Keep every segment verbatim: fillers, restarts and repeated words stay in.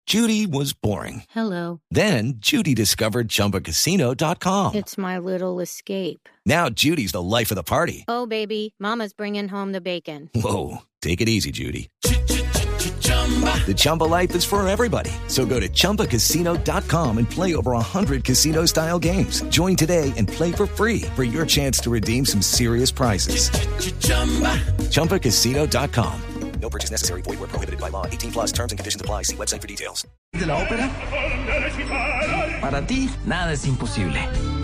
Judy was boring. Hello. Then Judy discovered Chumba Casino dot com. It's my little escape. Now Judy's the life of the party. Oh, baby, mama's bringing home the bacon. Whoa, take it easy, Judy. The Chumba life is for everybody. So go to Chumba Casino dot com and play over one hundred casino-style games. Join today and play for free for your chance to redeem some serious prizes. Chumba Casino dot com. No purchase necessary. Void where prohibited by law. eighteen plus terms and conditions apply. See website for details. ¿De la ópera? Para ti, nada es imposible.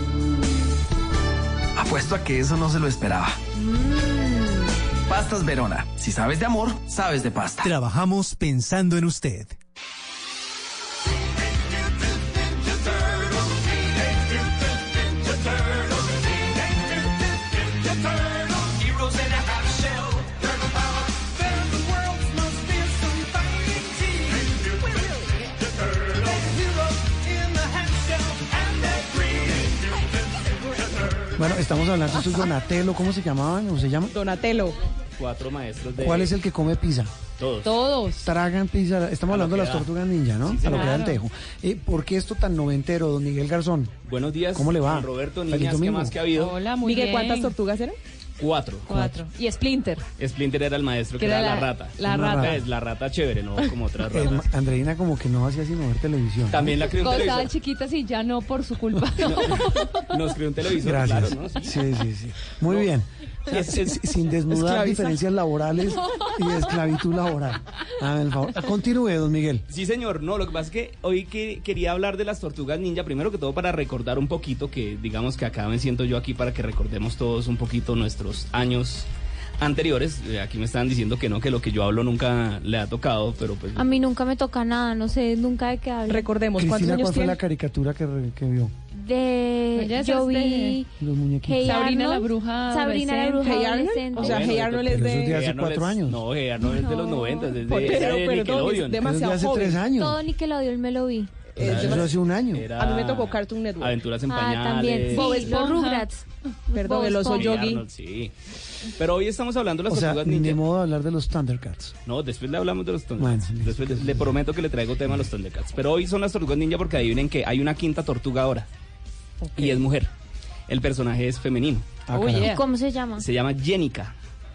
Apuesto a que eso no se lo esperaba. Mm. Pastas Verona. Si sabes de amor, sabes de pasta. Trabajamos pensando en usted. Bueno, estamos hablando de Donatello, ¿cómo se llamaban? ¿Cómo se llama? Donatello. Cuatro maestros de... ¿Cuál es el que come pizza? Todos. Todos. Tragan pizza. Estamos hablando de las da. tortugas ninja, ¿no? Sí, a lo que da el claro. tejo. Eh, ¿Por qué esto tan noventero, don Miguel Garzón? Buenos días. ¿Cómo le va? Don Roberto, Feliz niñas, ¿qué domingo. más que ha habido? Hola, muy Miguel, bien. ¿cuántas tortugas eran? Cuatro. Cuatro. Y Splinter. Splinter era el maestro, que Que era era la, la- rata. la Una rata. rata. Es la rata chévere, no como otras Eh, ratas. Andreina como que no hacía sino ver televisión. También la crió un Cuando televisor. estaban chiquitas y ya no por su culpa. Nos crió un televisor, Gracias. claro, ¿no? Sí. Sí, sí, sí. Muy bien. Es- es- Sin desnudar esclavizar. diferencias laborales y esclavitud laboral. Hágame el favor. Continúe, don Miguel. Sí, señor. No, lo que pasa es que hoy que quería hablar de las tortugas ninja, primero que todo para recordar un poquito, que digamos que acá me siento yo aquí para que recordemos todos un poquito nuestros años anteriores. Eh, Aquí me estaban diciendo que no, que lo que yo hablo nunca le ha tocado, pero pues... A mí nunca me toca nada, no sé, nunca de qué hablo. Recordemos, ¿cuántos Cristina, años ¿cuál fue tiene? la caricatura que, re- que vio? De Ella es yo este- vi Los muñequitos. Hey Sabrina Arnold, la bruja Sabrina la bruja Hey Arnold. adolescente. O sea, Bueno, Hey Arnold es pero eso es de de... hace Hey Arnold cuatro es- años. No, Hey Arnold es de los noventa, desde Por- era pero, de perdón, Nickelodeon. es Eso es de demasiado hace joven. tres años. Todo Nickelodeon me lo vi. Es Eso demasi- hace un año. Era A mí me tocó Cartoon Network. Aventuras en Ah, pañales. también. Sí, Bob los Esponja. Rugrats. Perdón, Bob el oso Esponja. Yogi. Arnold, sí. Pero hoy estamos hablando de las O sea, tortugas ni ninja. modo de hablar de los Thundercats. No, después le hablamos de los Thundercats. Bueno, después le, le prometo que le traigo tema a los Thundercats. Pero hoy son las tortugas ninja porque adivinen que hay una quinta tortuga ahora. Y es mujer. El personaje es femenino. Ah, Oh, caramba. yeah. ¿Y cómo se llama? Se llama Jenica.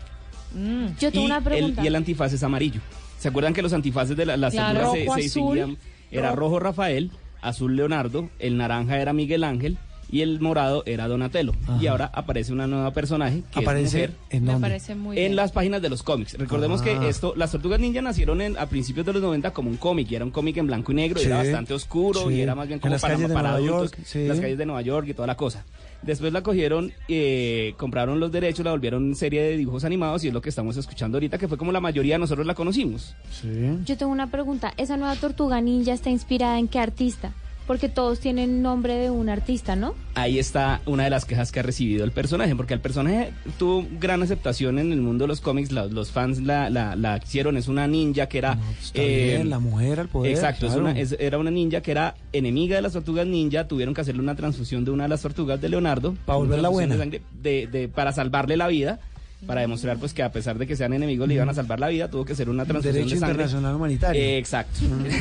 Yo tengo y, una el, pregunta. y el antifaz es amarillo. ¿Se acuerdan que los antifaces de la- las Claro. tortugas se, Rojo, se azul, distinguían? Era rojo. rojo Rafael, azul Leonardo, el naranja era Miguel Ángel y el morado era Donatello. Ajá. Y ahora aparece una nueva personaje que Aparece es mujer. en Me dónde? parece muy En bien. las páginas de los cómics. Recordemos Ah. que esto, las Tortugas Ninja nacieron en, a principios de los noventa como un cómic, y era un cómic en blanco y negro, y Sí, era bastante oscuro, sí. y era más bien En como las para, calles de para Nueva adultos, York, sí. las calles de Nueva York y toda la cosa. Después la cogieron, eh, compraron los derechos, la volvieron serie de dibujos animados, y es lo que estamos escuchando ahorita, que fue como la mayoría de nosotros la conocimos. Sí. Yo tengo una pregunta. ¿Esa nueva tortuga ninja está inspirada en qué artista? Porque todos tienen nombre de un artista, ¿no? Ahí está una de las quejas que ha recibido el personaje, porque el personaje tuvo gran aceptación en el mundo de los cómics, la- los fans la, la, la hicieron, es una ninja que era... No, pues está eh, bien, la mujer al poder. Exacto, es claro. una- es- era una ninja que era enemiga de las tortugas ninja, tuvieron que hacerle una transfusión de una de las tortugas de Leonardo. Pa' una volverla transfusión buena. de sangre de- de- para salvarle la vida, para demostrar pues que a pesar de que sean enemigos le iban a salvar la vida, tuvo que ser una transfusión Derecho de sangre. internacional humanitario. Eh, exacto.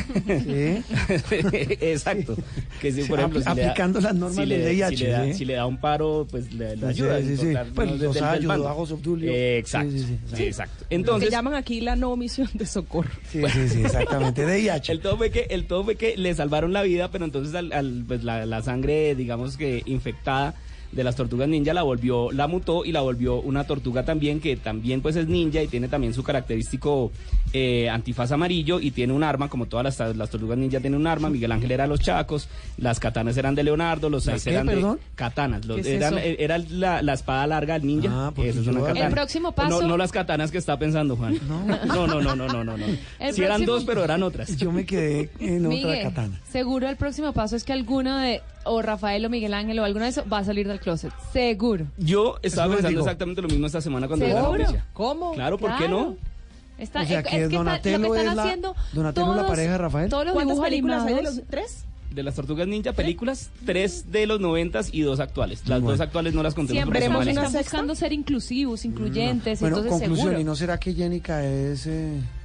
Sí. Exacto. Que si, por Sí, ejemplo, apl- si le da- aplicando las normas si le- del V I H, Si le, da, ¿sí? si le da un paro, pues le, le Sí, ayuda. sí, sin sí. cortar, Pues ¿no? los del- del ayudó bando. a José Obdulio. Eh, exacto. Sí, sí, sí, Sí, sí. exacto. Se Entonces, llaman aquí la no misión de socorro. Sí, sí, sí, exactamente. D I H. el todo fue que el todo fue que le salvaron la vida, pero entonces al, al- pues la, la sangre, digamos que infectada de las tortugas ninja la volvió, la mutó y la volvió una tortuga también que también pues es ninja y tiene también su característico eh, antifaz amarillo y tiene un arma, como todas las, las tortugas ninja tienen un arma. Miguel Ángel era los chacos, las katanas eran de Leonardo, los ¿Las seis qué, eran perdón? de katanas, los, ¿Qué es eran, eso? eh, era la, la espada larga del ninja. Ah, porque Eso es yo una lo- katana. El próximo paso- No, no las katanas que está pensando Juan. No, no, no, no, no, no, no. El Sí eran próximo- dos, pero eran otras. Yo me quedé en otra Miguel, katana. seguro el próximo paso es que alguno de, o Rafael o Miguel Ángel o alguno de esos va a salir del closet. Seguro. Yo estaba Eso pensando digo. exactamente lo mismo esta semana cuando vi la ¿Seguro? noticia. ¿Cómo? Claro, ¿por qué no? Está, O sea, es, que es que está- Donatello lo que están es la- haciendo Donatello es la todos- pareja de Rafael. Todos los ¿Cuántas dibujos películas hay de animados. los tres? De las tortugas ninja, películas, tres de los noventas y dos actuales. Las Bueno. dos actuales no las contemos Siempre porque son veremos están, una malísimas. están buscando ser inclusivos, incluyentes, Bueno, entonces conclusión, seguro. ¿y no será que Jenica es eh,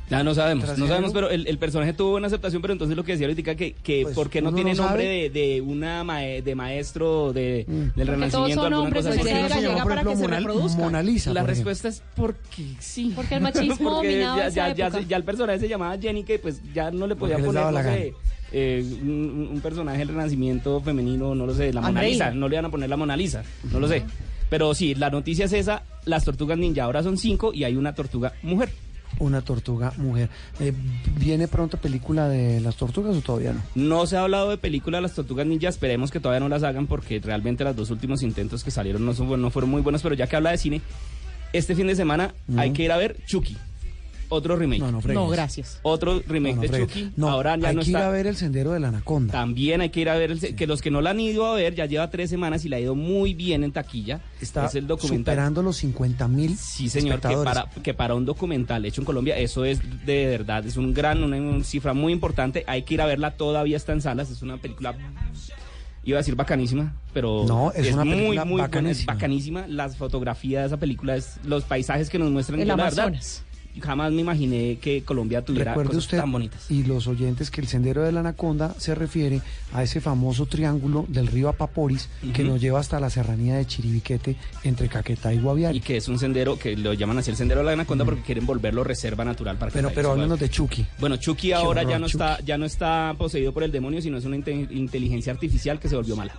Ya no sabemos, no ¿Trasero? sabemos, pero el, el personaje tuvo buena aceptación, pero entonces lo que decía ahorita que, que Pues, ¿por qué no uno tiene no nombre sabe. de, de una mae- de maestro de, Mm. del todos Renacimiento, son alguna hombres, cosa pues, así? ¿Por qué no llega- se llama, llega por para ejemplo, que se Mona, reproduzcan. Mona Lisa? La por ejemplo? respuesta es porque sí. Porque el machismo Porque dominaba ya, esa ya, ya, época. ya el personaje se llamaba Jenny, que pues ya no le podía Porque les poner, daba no la sé, eh, un, un personaje del Renacimiento femenino, no lo sé, la Mona Andreina. Lisa, no le iban a poner la Mona Lisa, no lo sé. Pero sí, la noticia es esa, las tortugas ninja ahora son cinco y hay una tortuga mujer. Una tortuga mujer. Eh, ¿Viene pronto película de las tortugas o todavía no? No se ha hablado de película de las tortugas ninja, esperemos que todavía no las hagan porque realmente los dos últimos intentos que salieron no, son, no fueron muy buenos, pero ya que habla de cine, este fin de semana No. hay que ir a ver Chucky, otro remake. No, no, fregues. No, gracias. Otro remake No, no, de fregues. Chucky, No, ahora ya hay no que ir está. a ver El Sendero de la Anaconda. También hay que ir a ver, el, que los que no la han ido a ver, ya lleva tres semanas y la ha ido muy bien en taquilla. Está es el documental. superando los cincuenta mil Sí, señor, que espectadores. para, que para un documental hecho en Colombia, eso es de verdad, es un gran, una, una cifra muy importante. Hay que ir a verla, todavía está en salas, es una película, iba a decir bacanísima, pero No, es una muy, película muy buena, es bacanísima. bacanísima. Las fotografías de esa película, es, los paisajes que nos muestran, El yo, la verdad, Amazonas. jamás me imaginé que Colombia tuviera Recuerde cosas usted tan bonitas. y los oyentes que el Sendero de la Anaconda se refiere a ese famoso triángulo del río Apaporis que Ujú. nos lleva hasta la serranía de Chiribiquete entre Caquetá y Guaviare. Y que es un sendero que lo llaman así el sendero de la Anaconda porque quieren volverlo reserva natural para que pero la- pero se háblenos vaya. de Chucky. Bueno, Chucky ahora horror, ya no Chucky. está ya no está poseído por el demonio, sino es una inte- inteligencia artificial que se volvió mala.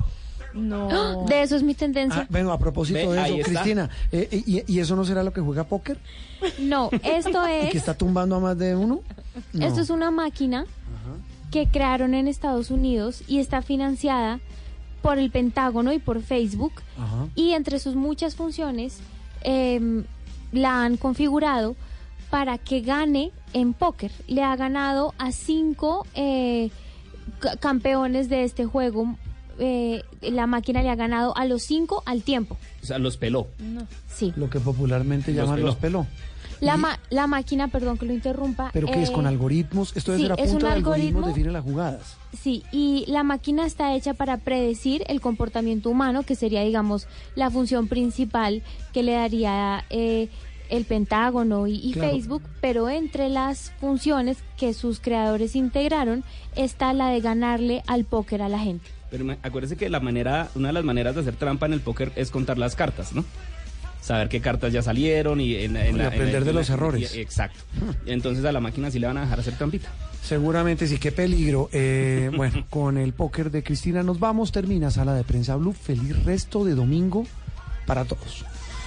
No. De eso es mi tendencia. Ah, bueno, a propósito Ve, de ahí eso, está. Cristina, eh, y, ¿y eso no será lo que juega póker? No, esto ¿Y es que está tumbando a más de uno? No. esto es una máquina que crearon en Estados Unidos y está financiada por el Pentágono y por Facebook. Ajá. Y entre sus muchas funciones em, la han configurado para que gane en póker. Le ha ganado a cinco eh, ca- campeones de este juego. Eh, la máquina le ha ganado a los cinco al tiempo. O sea, los peló. Sí. Lo que popularmente Los llaman peló. los peló. La, Y- ma- la máquina, perdón que lo interrumpa. ¿Pero qué es? eh, ¿Con algoritmos? Esto debe sí, ser a es punto un de algoritmos algoritmo. define las jugadas. Sí, y la máquina está hecha para predecir el comportamiento humano, que sería, digamos, la función principal que le daría eh, el Pentágono y, y Claro. Facebook, pero entre las funciones que sus creadores integraron está la de ganarle al póker a la gente. Pero me- acuérdese que la manera, una de las maneras de hacer trampa en el póker es contar las cartas, ¿no? Saber qué cartas ya salieron y, en, en Y la- aprender en la- de en la- los errores. y- exacto. Entonces a la máquina sí le van a dejar hacer trampita. Seguramente sí, qué peligro. Eh, bueno, con el póker de Cristina nos vamos. Termina Sala de Prensa Blue. Feliz resto de domingo para todos.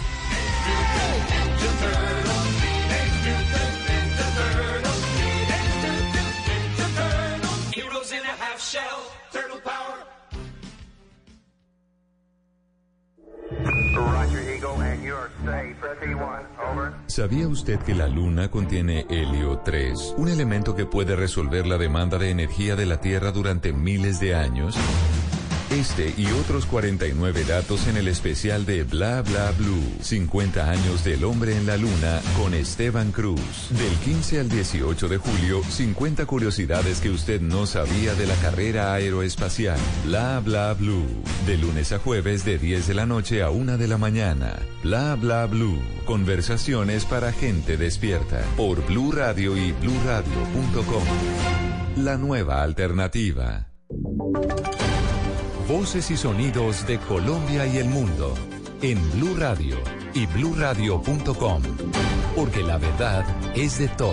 ¿Sabía usted que la Luna contiene helio tres, un elemento que puede resolver la demanda de energía de la Tierra durante miles de años? Este y otros cuarenta y nueve datos en el especial de Bla Bla Blue. cincuenta años del hombre en la Luna con Esteban Cruz. Del quince al dieciocho de julio, cincuenta curiosidades que usted no sabía de la carrera aeroespacial. Bla Bla Blue. De lunes a jueves de diez de la noche a una de la mañana. Bla Bla Blue. Conversaciones para gente despierta. Por Blue Radio y blue radio punto com. La nueva alternativa. Voces y sonidos de Colombia y el mundo en Blue Radio y blue radio punto com, porque la verdad es de todos.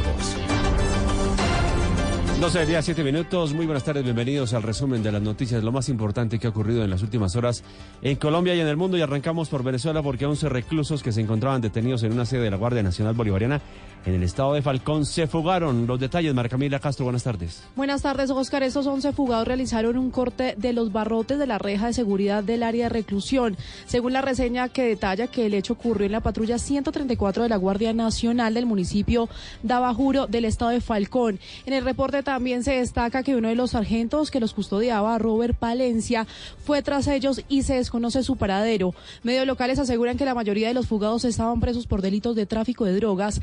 doce del día, siete minutos. Muy buenas tardes, bienvenidos al resumen de las noticias, lo más importante que ha ocurrido en las últimas horas en Colombia y en el mundo. Y arrancamos por Venezuela porque once reclusos que se encontraban detenidos en una sede de la Guardia Nacional Bolivariana en el estado de Falcón se fugaron. Los detalles, Marcamila Castro, buenas tardes. Buenas tardes, Oscar. Estos once fugados realizaron un corte de los barrotes de la reja de seguridad del área de reclusión. Según la reseña que detalla que el hecho ocurrió en la patrulla ciento treinta y cuatro de la Guardia Nacional del municipio de Abajuro del estado de Falcón. En el reporte también se destaca que uno de los sargentos que los custodiaba, Robert Palencia, fue tras ellos y se desconoce su paradero. Medios locales aseguran que la mayoría de los fugados estaban presos por delitos de tráfico de drogas y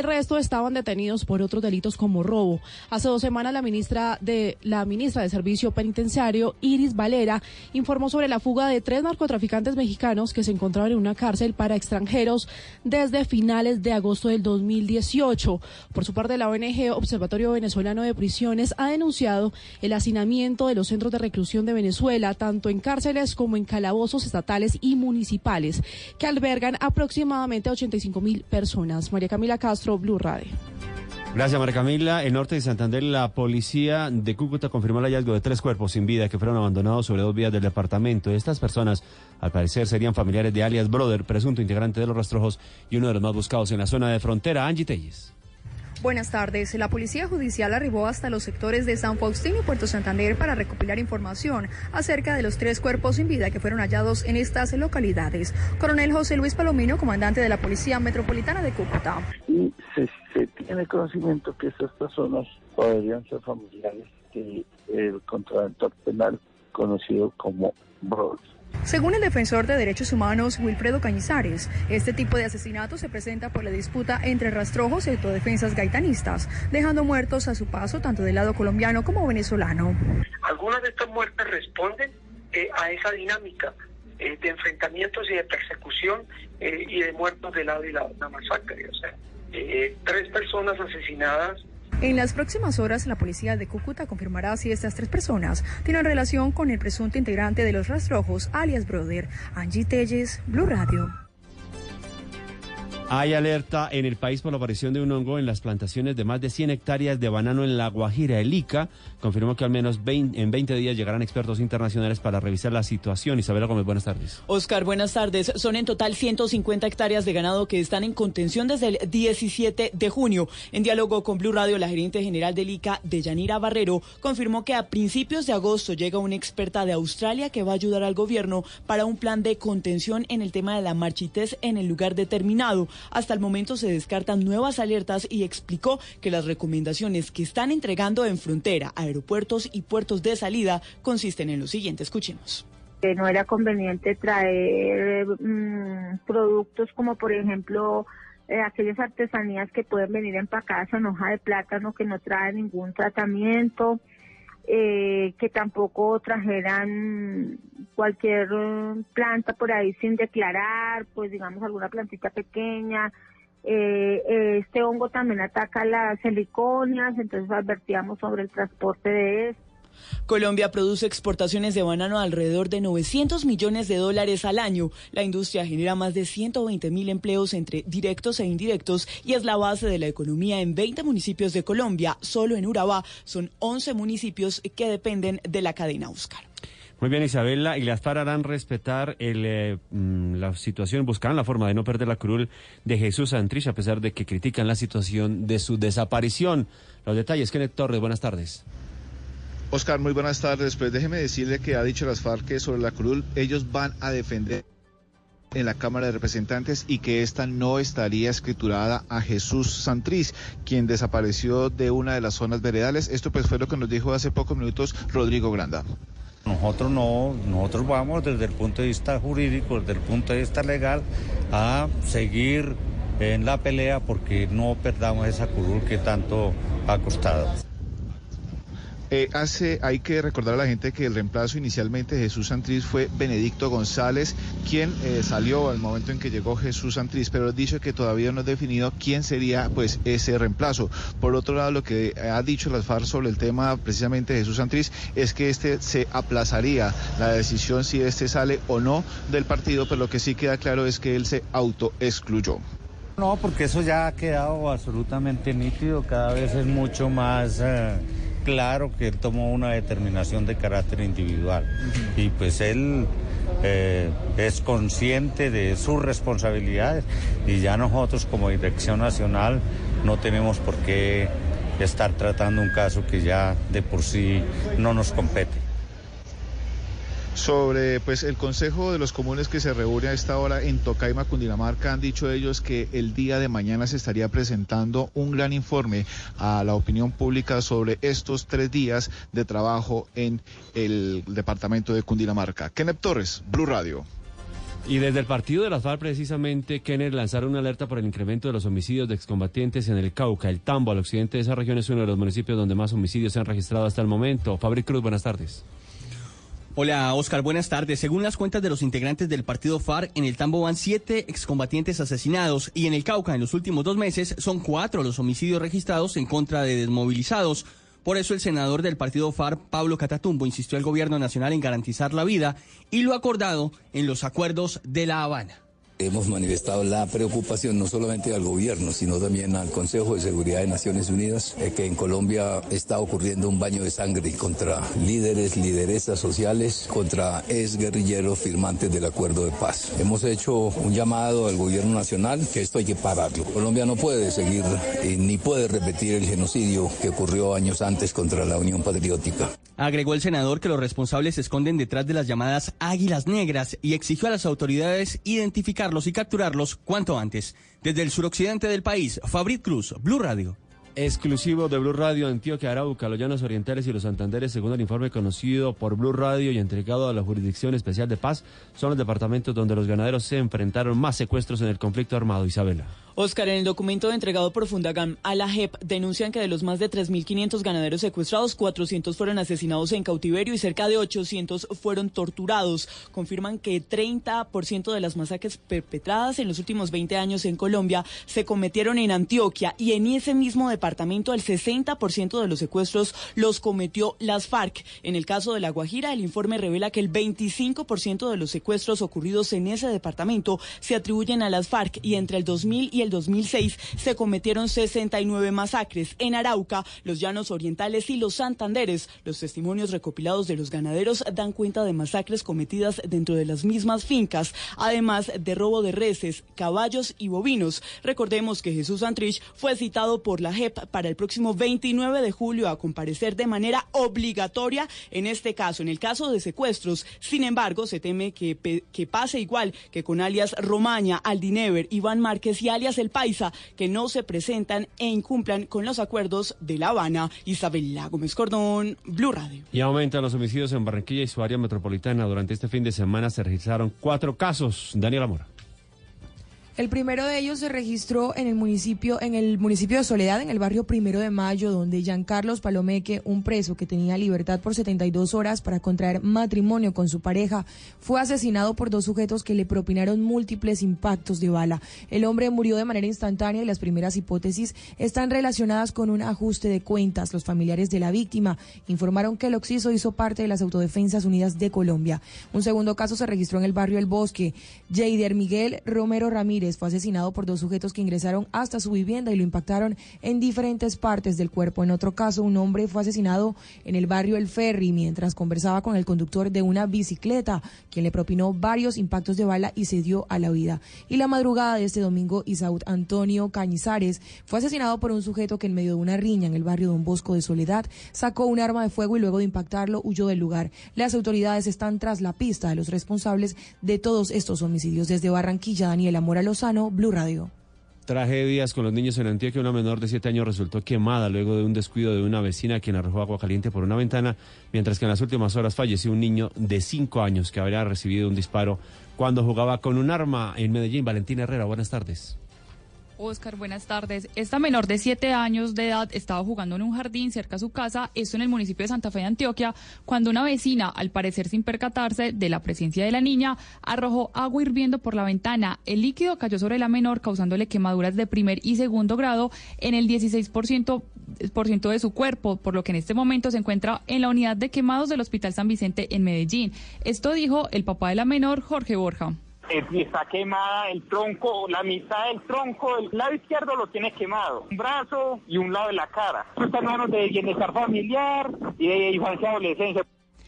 El resto estaban detenidos por otros delitos como robo. Hace dos semanas la ministra de la ministra de Servicio Penitenciario, Iris Valera, informó sobre la fuga de tres narcotraficantes mexicanos que se encontraban en una cárcel para extranjeros desde finales de agosto del dos mil dieciocho. Por su parte, la O N G Observatorio Venezolano de Prisiones ha denunciado el hacinamiento de los centros de reclusión de Venezuela, tanto en cárceles como en calabozos estatales y municipales, que albergan aproximadamente a ochenta y cinco mil personas. María Camila Castro, Blue Radio. Gracias, María Camila. En Norte de Santander, la policía de Cúcuta confirmó el hallazgo de tres cuerpos sin vida que fueron abandonados sobre dos vías del departamento. Estas personas, al parecer, serían familiares de alias Brother, presunto integrante de los Rastrojos y uno de los más buscados en la zona de frontera. Angie Telles. Buenas tardes. La Policía Judicial arribó hasta los sectores de San Faustín y Puerto Santander para recopilar información acerca de los tres cuerpos sin vida que fueron hallados en estas localidades. Coronel José Luis Palomino, comandante de la Policía Metropolitana de Cúcuta. Y se, se tiene conocimiento que estas personas podrían ser familiares del contraventor penal conocido como Brother. Según el defensor de derechos humanos Wilfredo Cañizares, este tipo de asesinato se presenta por la disputa entre rastrojos y autodefensas gaitanistas, dejando muertos a su paso tanto del lado colombiano como venezolano. Algunas de estas muertes responden eh, a esa dinámica eh, de enfrentamientos y de persecución eh, y de muertos de lado y lado, una masacre. O sea, eh, tres personas asesinadas. En las próximas horas, la policía de Cúcuta confirmará si estas tres personas tienen relación con el presunto integrante de los Rastrojos, alias Brother. Angie Telles, Blue Radio. Hay alerta en el país por la aparición de un hongo en las plantaciones de más de cien hectáreas de banano en La Guajira. El I C A confirmó que al menos veinte, en veinte días llegarán expertos internacionales para revisar la situación. Isabela Gómez, buenas tardes. Oscar, buenas tardes. Son en total ciento cincuenta hectáreas de ganado que están en contención desde el diecisiete de junio. En diálogo con Blue Radio, la gerente general del I C A, Deyanira Barrero, confirmó que a principios de agosto llega una experta de Australia que va a ayudar al gobierno para un plan de contención en el tema de la marchitez en el lugar determinado. Hasta el momento se descartan nuevas alertas y explicó que las recomendaciones que están entregando en frontera, aeropuertos y puertos de salida consisten en lo siguiente. Escuchemos. Que no era conveniente traer mmm, productos como, por ejemplo, eh, aquellas artesanías que pueden venir empacadas en hoja de plátano que no traen ningún tratamiento. Eh, que tampoco trajeran cualquier planta por ahí sin declarar, pues digamos alguna plantita pequeña. Eh, eh, este hongo también ataca las heliconias, entonces advertíamos sobre el transporte de esto. Colombia produce exportaciones de banano alrededor de novecientos millones de dólares al año. La industria genera más de ciento veinte mil empleos entre directos e indirectos y es la base de la economía en veinte municipios de Colombia. Solo en Urabá son once municipios que dependen de la cadena Oscar. Muy bien, Isabela, y las FARC harán respetar el, eh, la situación, buscarán la forma de no perder la curul de Jesús Santrich, a pesar de que critican la situación de su desaparición. Los detalles, Kenneth Torres, buenas tardes. Oscar, muy buenas tardes. Pues déjeme decirle que ha dicho las FARC que sobre la curul ellos van a defender en la Cámara de Representantes y que esta no estaría escriturada a Jesús Santrich, quien desapareció de una de las zonas veredales. Esto pues fue lo que nos dijo hace pocos minutos Rodrigo Granda. Nosotros no, nosotros vamos desde el punto de vista jurídico, desde el punto de vista legal, a seguir en la pelea porque no perdamos esa curul que tanto ha costado. Eh, hace, hay que recordar a la gente que el reemplazo inicialmente de Jesús Santrich fue Benedicto González, quien eh, salió al momento en que llegó Jesús Santrich, pero ha dicho que todavía no ha definido quién sería pues ese reemplazo. Por otro lado, lo que ha dicho las FARC sobre el tema precisamente de Jesús Santrich es que este se aplazaría la decisión si este sale o no del partido, pero lo que sí queda claro es que él se autoexcluyó. No, porque eso ya ha quedado absolutamente nítido, cada vez es mucho más... Eh... claro que él tomó una determinación de carácter individual y pues él eh, es consciente de sus responsabilidades y ya nosotros como Dirección Nacional no tenemos por qué estar tratando un caso que ya de por sí no nos compete. Sobre pues el Consejo de los Comunes que se reúne a esta hora en Tocaima, Cundinamarca, han dicho ellos que el día de mañana se estaría presentando un gran informe a la opinión pública sobre estos tres días de trabajo en el departamento de Cundinamarca. Kenneth Torres, Blue Radio. Y desde el partido de las FARC, precisamente, Kenner lanzaron una alerta por el incremento de los homicidios de excombatientes en el Cauca. El Tambo, al occidente de esa región, es uno de los municipios donde más homicidios se han registrado hasta el momento. Fabric Cruz, buenas tardes. Hola, Oscar, buenas tardes. Según las cuentas de los integrantes del partido FARC, en el Tambo van siete excombatientes asesinados y en el Cauca, en los últimos dos meses, son cuatro los homicidios registrados en contra de desmovilizados. Por eso el senador del partido FARC, Pablo Catatumbo, insistió al gobierno nacional en garantizar la vida y lo acordado en los acuerdos de La Habana. Hemos manifestado la preocupación no solamente al gobierno, sino también al Consejo de Seguridad de Naciones Unidas, eh, que en Colombia está ocurriendo un baño de sangre contra líderes, lideresas sociales, contra exguerrilleros firmantes del acuerdo de paz. Hemos hecho un llamado al gobierno nacional que esto hay que pararlo. Colombia no puede seguir eh, ni puede repetir el genocidio que ocurrió años antes contra la Unión Patriótica. Agregó el senador que los responsables se esconden detrás de las llamadas águilas negras y exigió a las autoridades identificar y capturarlos cuanto antes. Desde el suroccidente del país, Fabric Cruz, Blue Radio. Exclusivo de Blue Radio, Antioquia, Arauca, los Llanos Orientales y los Santanderes, según el informe conocido por Blue Radio y entregado a la Jurisdicción Especial de Paz, son los departamentos donde los ganaderos se enfrentaron más secuestros en el conflicto armado. Isabela. Oscar, en el documento entregado por Fundagam a la J E P, denuncian que de los más de tres mil quinientos ganaderos secuestrados, cuatrocientos fueron asesinados en cautiverio y cerca de ochocientos fueron torturados. Confirman que treinta por ciento de las masacres perpetradas en los últimos veinte años en Colombia se cometieron en Antioquia y en ese mismo departamento el sesenta por ciento de los secuestros los cometió las FARC. En el caso de La Guajira, el informe revela que el veinticinco por ciento de los secuestros ocurridos en ese departamento se atribuyen a las FARC y entre el dos mil y el dos mil seis se cometieron sesenta y nueve masacres. En Arauca, los Llanos Orientales y los Santanderes, los testimonios recopilados de los ganaderos dan cuenta de masacres cometidas dentro de las mismas fincas, además de robo de reses, caballos y bovinos. Recordemos que Jesús Santrich fue citado por la J E P para el próximo veintinueve de julio a comparecer de manera obligatoria en este caso, en el caso de secuestros. Sin embargo, se teme que, que pase igual que con alias Romaña, Aldinever, Iván Márquez y alias El Paisa, que no se presentan e incumplan con los acuerdos de La Habana. Isabela Gómez Cordón, Blue Radio. Y aumentan los homicidios en Barranquilla y su área metropolitana. Durante este fin de semana se registraron cuatro casos. Daniela Mora. El primero de ellos se registró en el municipio, en el municipio de Soledad, en el barrio Primero de Mayo, donde Giancarlos Palomeque, un preso que tenía libertad por setenta y dos horas para contraer matrimonio con su pareja, fue asesinado por dos sujetos que le propinaron múltiples impactos de bala. El hombre murió de manera instantánea y las primeras hipótesis están relacionadas con un ajuste de cuentas. Los familiares de la víctima informaron que el occiso hizo parte de las Autodefensas Unidas de Colombia. Un segundo caso se registró en el barrio El Bosque. Jeider Miguel Romero Ramírez fue asesinado por dos sujetos que ingresaron hasta su vivienda y lo impactaron en diferentes partes del cuerpo. En otro caso, un hombre fue asesinado en el barrio El Ferry mientras conversaba con el conductor de una bicicleta, quien le propinó varios impactos de bala y se dio a la huida. Y la madrugada de este domingo, Isaúd Antonio Cañizares fue asesinado por un sujeto que en medio de una riña en el barrio Don Bosco de Soledad sacó un arma de fuego y luego de impactarlo huyó del lugar. Las autoridades están tras la pista de los responsables de todos estos homicidios. Desde Barranquilla, Daniela Mora Lozano, Blue Radio. Tragedias con los niños en Antioquia. Una menor de siete años resultó quemada luego de un descuido de una vecina quien arrojó agua caliente por una ventana, mientras que en las últimas horas falleció un niño de cinco años que habría recibido un disparo cuando jugaba con un arma en Medellín. Valentina Herrera, buenas tardes. Oscar, buenas tardes. Esta menor de siete años de edad estaba jugando en un jardín cerca a su casa, esto en el municipio de Santa Fe de Antioquia, cuando una vecina, al parecer sin percatarse de la presencia de la niña, arrojó agua hirviendo por la ventana. El líquido cayó sobre la menor, causándole quemaduras de primer y segundo grado en el dieciséis por ciento de su cuerpo, por lo que en este momento se encuentra en la unidad de quemados del Hospital San Vicente en Medellín. Esto dijo el papá de la menor, Jorge Borja. Está quemada el tronco, la mitad del tronco, el lado izquierdo lo tiene quemado, un brazo y un lado de la cara. Esto está en manos de bienestar familiar y de infancia y adolescencia.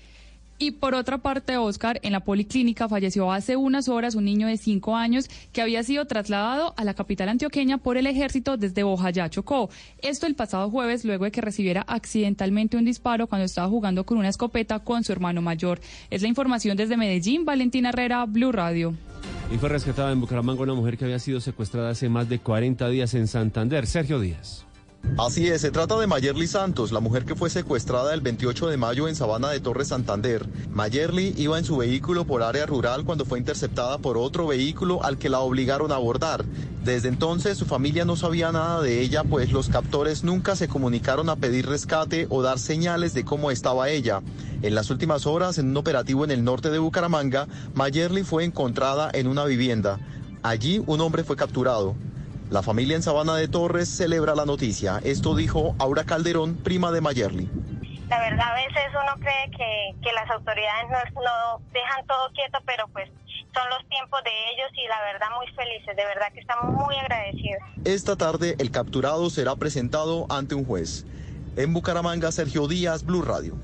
Y por otra parte, Oscar, en la policlínica falleció hace unas horas un niño de cinco años que había sido trasladado a la capital antioqueña por el ejército desde Bojayá, Chocó. Esto el pasado jueves, luego de que recibiera accidentalmente un disparo cuando estaba jugando con una escopeta con su hermano mayor. Es la información desde Medellín. Valentina Herrera, Blue Radio. Y fue rescatada en Bucaramanga una mujer que había sido secuestrada hace más de cuarenta días en Santander. Sergio Díaz. Así es, se trata de Mayerly Santos, la mujer que fue secuestrada el veintiocho de mayo en Sabana de Torres, Santander. Mayerly iba en su vehículo por área rural cuando fue interceptada por otro vehículo al que la obligaron a abordar. Desde entonces su familia no sabía nada de ella, pues los captores nunca se comunicaron a pedir rescate o dar señales de cómo estaba ella. En las últimas horas, en un operativo en el norte de Bucaramanga, Mayerly fue encontrada en una vivienda. Allí un hombre fue capturado. La familia en Sabana de Torres celebra la noticia. Esto dijo Aura Calderón, prima de Mayerly. La verdad, a veces uno cree que, que las autoridades no, no dejan todo quieto, pero pues son los tiempos de ellos y la verdad muy felices, de verdad que estamos muy agradecidos. Esta tarde el capturado será presentado ante un juez. En Bucaramanga, Sergio Díaz, Blue Radio.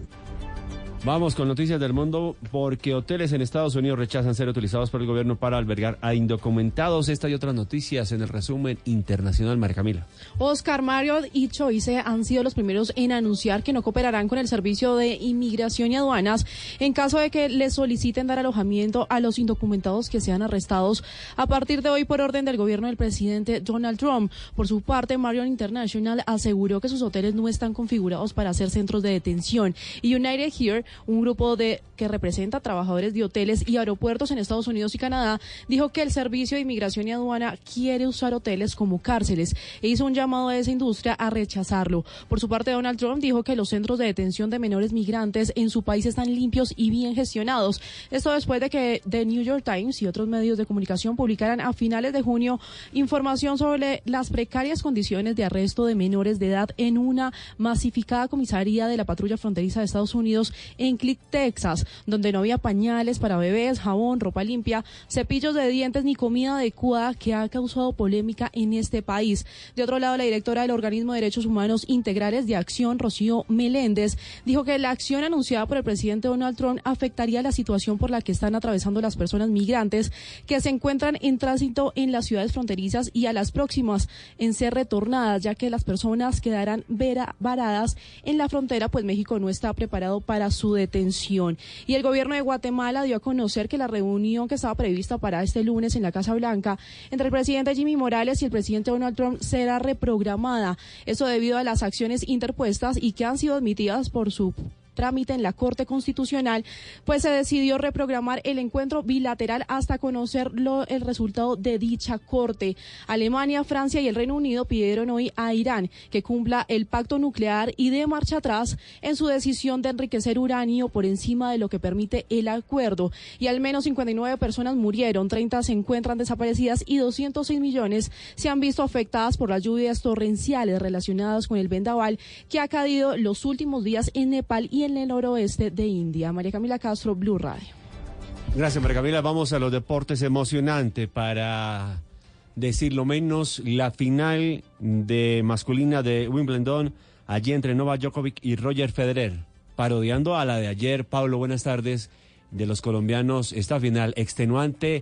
Vamos con noticias del mundo porque hoteles en Estados Unidos rechazan ser utilizados por el gobierno para albergar a indocumentados. Esta y otras noticias en el resumen internacional. María Camila. Oscar, Marriott y Choice han sido los primeros en anunciar que no cooperarán con el Servicio de Inmigración y Aduanas en caso de que les soliciten dar alojamiento a los indocumentados que sean arrestados a partir de hoy por orden del gobierno del presidente Donald Trump. Por su parte, Marriott International aseguró que sus hoteles no están configurados para ser centros de detención y United Here, un grupo de que representa a trabajadores de hoteles y aeropuertos en Estados Unidos y Canadá, dijo que el Servicio de Inmigración y Aduana quiere usar hoteles como cárceles e hizo un llamado a esa industria a rechazarlo. Por su parte, Donald Trump dijo que los centros de detención de menores migrantes en su país están limpios y bien gestionados. Esto después de que The New York Times y otros medios de comunicación publicaran a finales de junio información sobre las precarias condiciones de arresto de menores de edad en una masificada comisaría de la patrulla fronteriza de Estados Unidos en Click, Texas, donde no había pañales para bebés, jabón, ropa limpia, cepillos de dientes ni comida adecuada, que ha causado polémica en este país. De otro lado, la directora del Organismo de Derechos Humanos Integrales de Acción, Rocío Meléndez, dijo que la acción anunciada por el presidente Donald Trump afectaría la situación por la que están atravesando las personas migrantes que se encuentran en tránsito en las ciudades fronterizas y a las próximas en ser retornadas, ya que las personas quedarán vera, varadas en la frontera, pues México no está preparado para su detención. Y el gobierno de Guatemala dio a conocer que la reunión que estaba prevista para este lunes en la Casa Blanca entre el presidente Jimmy Morales y el presidente Donald Trump será reprogramada. Eso debido a las acciones interpuestas y que han sido admitidas por su trámite en la Corte Constitucional, pues se decidió reprogramar el encuentro bilateral hasta conocer lo, el resultado de dicha Corte. Alemania, Francia y el Reino Unido pidieron hoy a Irán que cumpla el pacto nuclear y dé marcha atrás en su decisión de enriquecer uranio por encima de lo que permite el acuerdo. Y al menos cincuenta y nueve personas murieron, treinta se encuentran desaparecidas y doscientos seis millones se han visto afectadas por las lluvias torrenciales relacionadas con el vendaval que ha caído los últimos días en Nepal y en en el noroeste de India. María Camila Castro, Blue Radio. Gracias, María Camila. Vamos a los deportes. Emocionante para decirlo menos, la final de masculina de Wimbledon, allí entre Novak Djokovic y Roger Federer, parodiando a la de ayer. Pablo, buenas tardes, de los colombianos. Esta final extenuante,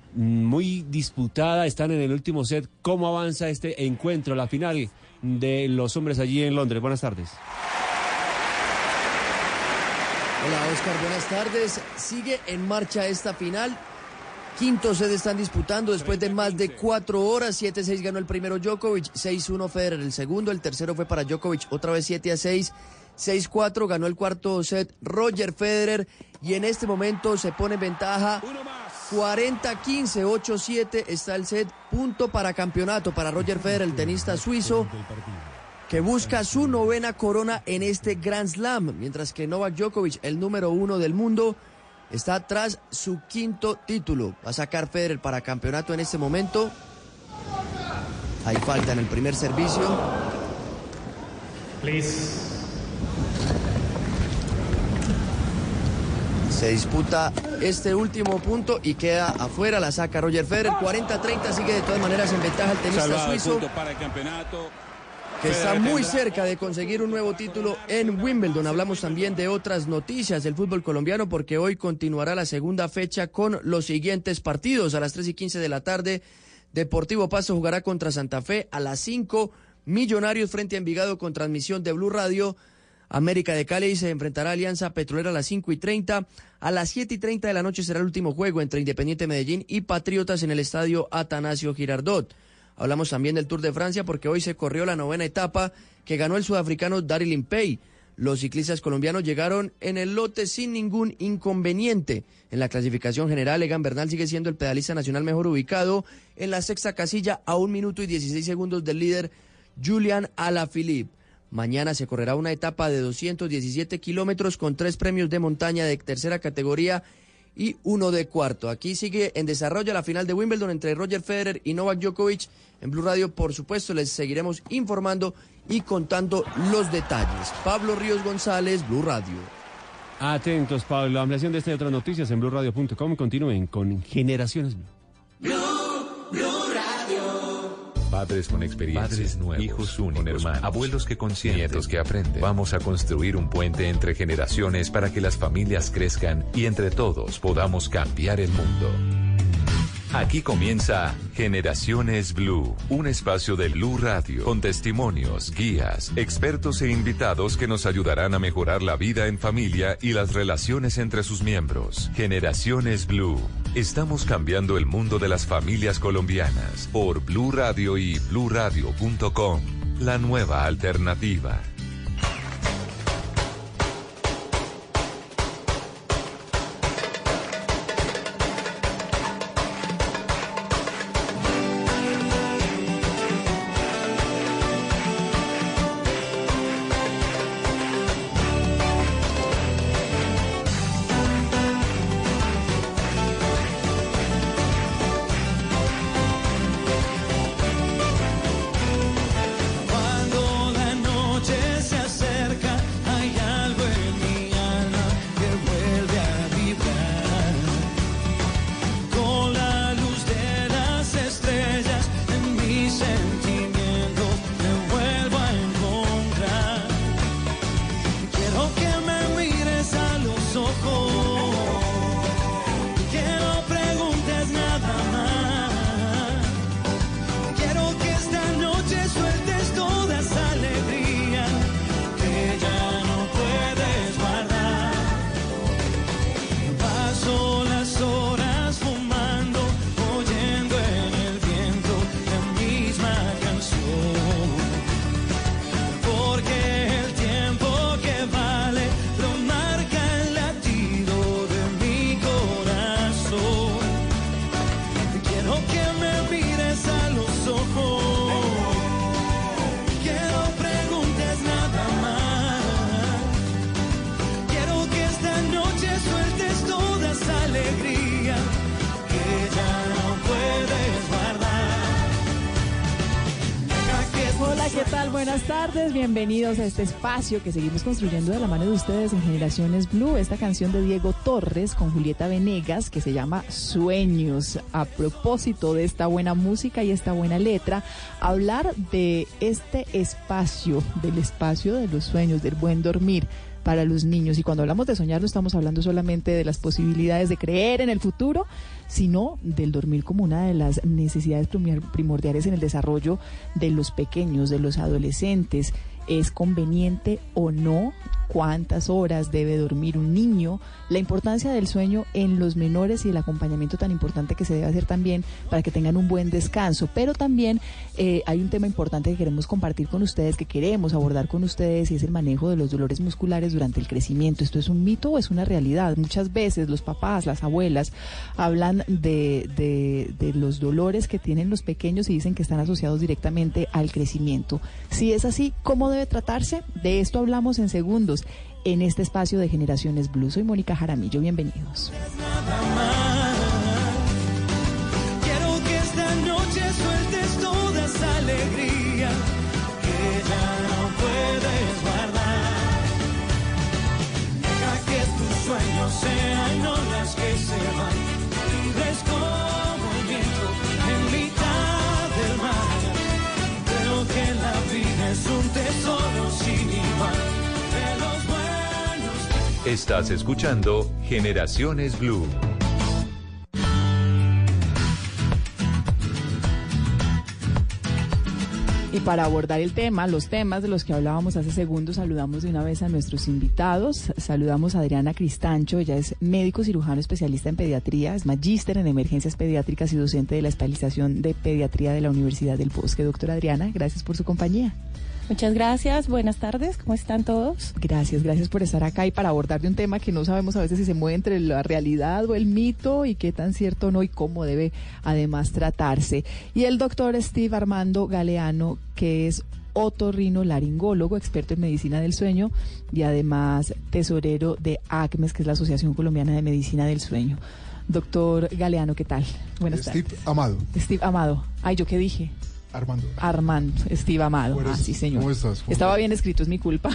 muy disputada, están en el último set. ¿Cómo avanza este encuentro, la final de los hombres allí en Londres? Buenas tardes. Hola Oscar, buenas tardes. Sigue en marcha esta final. Quinto set están disputando después de más de cuatro horas. siete a seis ganó el primero Djokovic, seis uno Federer el segundo. El tercero fue para Djokovic, otra vez siete a seis. seis cuatro ganó el cuarto set Roger Federer. Y en este momento se pone en ventaja cuarenta a quince, ocho siete está el set. Punto para campeonato para Roger Federer, el tenista suizo, que busca su novena corona en este Grand Slam, mientras que Novak Djokovic, el número uno del mundo, está tras su quinto título. Va a sacar Federer para campeonato en este momento. Hay falta en el primer servicio. Please. Se disputa este último punto y queda afuera, la saca Roger Federer. cuarenta a treinta, sigue de todas maneras en ventaja el tenista Salvado suizo. El punto para el campeonato. Que está muy cerca de conseguir un nuevo título en Wimbledon. Hablamos también de otras noticias del fútbol colombiano porque hoy continuará la segunda fecha con los siguientes partidos. A las tres y quince de la tarde, Deportivo Pasto jugará contra Santa Fe. A las cinco, Millonarios frente a Envigado con transmisión de Blue Radio. América de Cali se enfrentará a Alianza Petrolera a las cinco y treinta. A las siete y treinta de la noche será el último juego entre Independiente Medellín y Patriotas en el estadio Atanasio Girardot. Hablamos también del Tour de Francia porque hoy se corrió la novena etapa que ganó el sudafricano Daryl Impey. Los ciclistas colombianos llegaron en el lote sin ningún inconveniente. En la clasificación general, Egan Bernal sigue siendo el pedalista nacional mejor ubicado en la sexta casilla a un minuto y dieciséis segundos del líder Julian Alaphilippe. Mañana se correrá una etapa de doscientos diecisiete kilómetros con tres premios de montaña de tercera categoría y uno de cuarto. Aquí sigue en desarrollo la final de Wimbledon entre Roger Federer y Novak Djokovic. En Blue Radio, por supuesto, les seguiremos informando y contando los detalles. Pablo Ríos González, Blue Radio. Atentos, Pablo. Ampliación de esta y otras noticias en blue radio punto com. Continúen con Generaciones Blue. Blue, Blue Radio. Padres con experiencia, Padres nuevos, hijos únicos, con hermanos, abuelos que consienten, nietos que aprenden. Vamos a construir un puente entre generaciones para que las familias crezcan y entre todos podamos cambiar el mundo. Aquí comienza Generaciones Blue, un espacio de Blue Radio con testimonios, guías, expertos e invitados que nos ayudarán a mejorar la vida en familia y las relaciones entre sus miembros. Generaciones Blue. Estamos cambiando el mundo de las familias colombianas por Blue Radio y blue radio punto com. La nueva alternativa. Cuando la noche se acerca, hay algo en mi alma que vuelve a vibrar. Con la luz de las estrellas en mis sentimientos me vuelvo a encontrar. Quiero que me mires a los ojos, que no preguntes nada más. Quiero que esta noche sueltes toda esa alegría que ya no puedes guardar. Paso las horas fumando, oyendo en el viento la misma canción. Porque el tiempo que vale lo marca el latido de mi corazón. Quiero que me mires a los ojos, que no preguntes nada más. Quiero que esta noche sueltes toda esa alegría que ya no puedes guardar. Deja que tus Hola, ¿qué tal? Buenas tardes, bienvenidos a este espacio que seguimos construyendo de la mano de ustedes en Generaciones Blue. Esta canción de Diego Torres con Julieta Venegas que se llama Sueños. A propósito de esta buena música y esta buena letra, hablar de este espacio, del espacio de los sueños, del buen dormir para los niños. Y cuando hablamos de soñar no estamos hablando solamente de las posibilidades de creer en el futuro, sino del dormir como una de las necesidades primor- primordiales en el desarrollo de los pequeños, de los adolescentes. ¿Es conveniente o no? ¿Cuántas horas debe dormir un niño? La importancia del sueño en los menores y el acompañamiento tan importante que se debe hacer también para que tengan un buen descanso. Pero también eh, hay un tema importante que queremos compartir con ustedes, que queremos abordar con ustedes, y es el manejo de los dolores musculares durante el crecimiento. ¿Esto es un mito o es una realidad? Muchas veces los papás, las abuelas, hablan de, de, de los dolores que tienen los pequeños y dicen que están asociados directamente al crecimiento. Si es así, ¿cómo debe tratarse? De esto hablamos en segundos en este espacio de Generaciones Blue. Soy Mónica Jaramillo, bienvenidos. Quiero que esta noche sueltes toda esa alegría que ya no puedes guardar. Deja que tus sueños sean olas que se van, libres como el viento en mitad del mar. Creo que la vida es un tesoro sin igual. De los buenos. Estás escuchando Generaciones Blue. Y para abordar el tema, los temas de los que hablábamos hace segundos, saludamos de una vez a nuestros invitados. Saludamos a Adriana Cristancho, ella es médico cirujano especialista en pediatría, es magíster en emergencias pediátricas y docente de la especialización de pediatría de la Universidad del Bosque. Doctora Adriana, gracias por su compañía. Muchas gracias, buenas tardes, ¿cómo están todos? Gracias, gracias por estar acá y para abordar de un tema que no sabemos a veces si se mueve entre la realidad o el mito y qué tan cierto o no y cómo debe además tratarse. Y el doctor Steve Armando Galeano, que es otorrinolaringólogo, experto en medicina del sueño y además tesorero de ACMES, que es la Asociación Colombiana de Medicina del Sueño. Doctor Galeano, ¿qué tal? Buenas Steve tardes. Steve Amado. Steve Amado. Ay, ¿yo qué dije? Armando. Armando, Steve Amado. Ah, sí, señor. ¿Cómo estás? ¿Cómo Estaba estás? bien escrito, es mi culpa.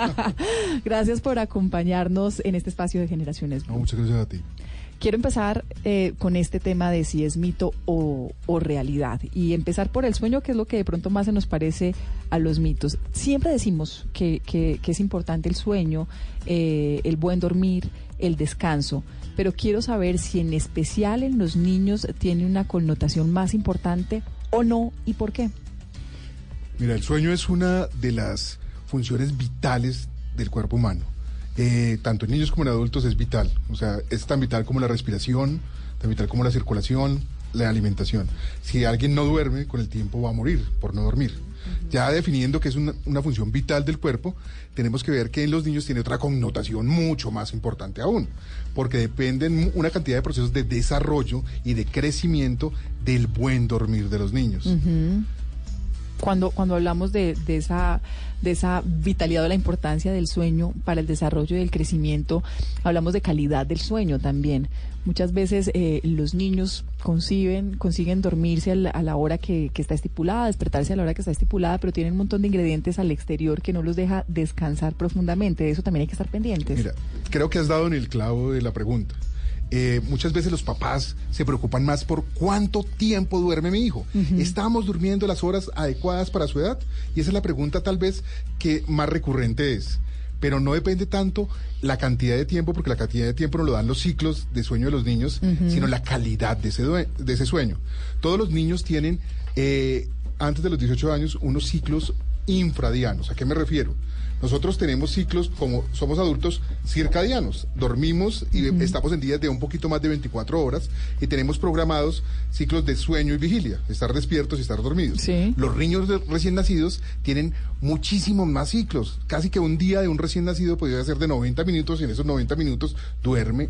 Gracias por acompañarnos en este espacio de Generaciones. No, muchas gracias a ti. Quiero empezar eh, con este tema de si es mito o, o realidad. Y empezar por el sueño, que es lo que de pronto más se nos parece a los mitos. Siempre decimos que, que, que es importante el sueño, eh, el buen dormir, el descanso. Pero quiero saber si en especial en los niños tiene una connotación más importante o no, y por qué. Mira, el sueño es una de las funciones vitales del cuerpo humano. Eh, tanto en niños como en adultos es vital. O sea, es tan vital como la respiración, tan vital como la circulación, la alimentación. Si alguien no duerme, con el tiempo va a morir por no dormir. Uh-huh. Ya definiendo que es una, una función vital del cuerpo, tenemos que ver que en los niños tiene otra connotación mucho más importante aún, porque dependen una cantidad de procesos de desarrollo y de crecimiento del buen dormir de los niños. Uh-huh. Cuando, cuando hablamos de, de esa de esa vitalidad o la importancia del sueño para el desarrollo y el crecimiento, hablamos de calidad del sueño también. Muchas veces eh, los niños conciben, consiguen dormirse a la, a la hora que, que está estipulada, despertarse a la hora que está estipulada, pero tienen un montón de ingredientes al exterior que no los deja descansar profundamente. De eso también hay que estar pendientes. Mira, creo que has dado en el clavo de la pregunta. Eh, muchas veces los papás se preocupan más por cuánto tiempo duerme mi hijo. Uh-huh. ¿Estamos durmiendo las horas adecuadas para su edad? Y esa es la pregunta tal vez que más recurrente es. Pero no depende tanto la cantidad de tiempo, porque la cantidad de tiempo no lo dan los ciclos de sueño de los niños, uh-huh. sino la calidad de ese, due- de ese sueño. Todos los niños tienen, eh, antes de los dieciocho años, unos ciclos infradianos. ¿A qué me refiero? Nosotros tenemos ciclos, como somos adultos, circadianos. Dormimos y uh-huh. estamos en días de un poquito más de veinticuatro horas y tenemos programados ciclos de sueño y vigilia, estar despiertos y estar dormidos. Sí. Los niños de recién nacidos tienen muchísimos más ciclos. Casi que un día de un recién nacido podría ser de noventa minutos y en esos noventa minutos duerme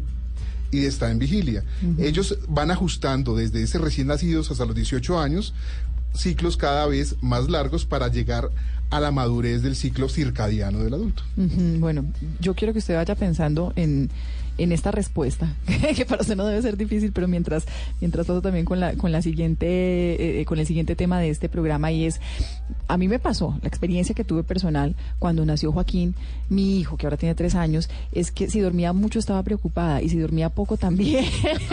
y está en vigilia. Uh-huh. Ellos van ajustando desde ese recién nacidos hasta los dieciocho años ciclos cada vez más largos para llegar a la madurez del ciclo circadiano del adulto. Uh-huh. Bueno, yo quiero que usted vaya pensando en, en esta respuesta, que para usted no debe ser difícil, pero mientras mientras paso también con la con la siguiente eh, con el siguiente tema de este programa, y es, a mí me pasó la experiencia que tuve personal cuando nació Joaquín, mi hijo, que ahora tiene tres años, es que si dormía mucho estaba preocupada y si dormía poco también.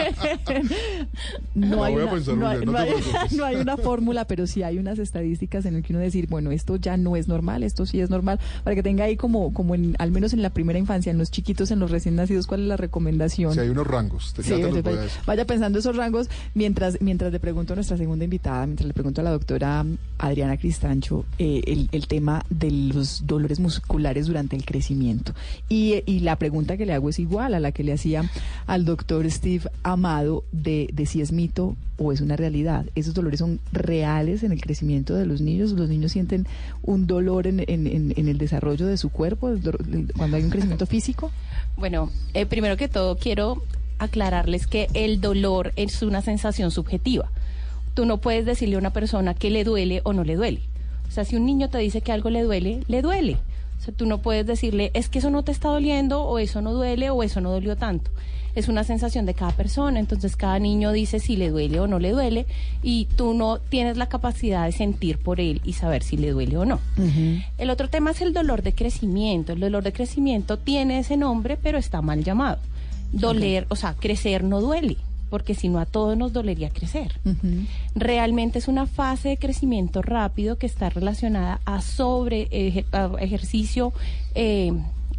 no, hay una, no, hay, no, hay, no hay una fórmula, pero sí hay unas estadísticas en las que uno decir, bueno, esto ya no es normal, esto sí es normal, para que tenga ahí como, como en, al menos en la primera infancia, en los chiquitos, en los recién nacidos, cuál es la recomendación. Sí, hay unos rangos. Sí, vaya, vaya pensando esos rangos mientras mientras le pregunto a nuestra segunda invitada, mientras le pregunto a la doctora Adriana Cristancho eh, el, el tema de los dolores musculares durante el crecimiento. Y, y la pregunta que le hago es igual a la que le hacía al doctor Steve Amado de, de si es mito o es una realidad. ¿Esos dolores son reales en el crecimiento de los niños? ¿Los niños sienten un dolor en, en, en, en el desarrollo de su cuerpo cuando hay un crecimiento físico? Bueno, eh, primero que todo quiero aclararles que el dolor es una sensación subjetiva. Tú no puedes decirle a una persona que le duele o no le duele. O sea, si un niño te dice que algo le duele, le duele. O sea, tú no puedes decirle, es que eso no te está doliendo, o eso no duele, o eso no dolió tanto. Es una sensación de cada persona, entonces cada niño dice si le duele o no le duele, y tú no tienes la capacidad de sentir por él y saber si le duele o no. Uh-huh. El otro tema es el dolor de crecimiento. El dolor de crecimiento tiene ese nombre, pero está mal llamado. Doler, okay. O sea, crecer no duele, porque si no a todos nos dolería crecer. Uh-huh. Realmente es una fase de crecimiento rápido que está relacionada a sobre ejer, a ejercicio eh,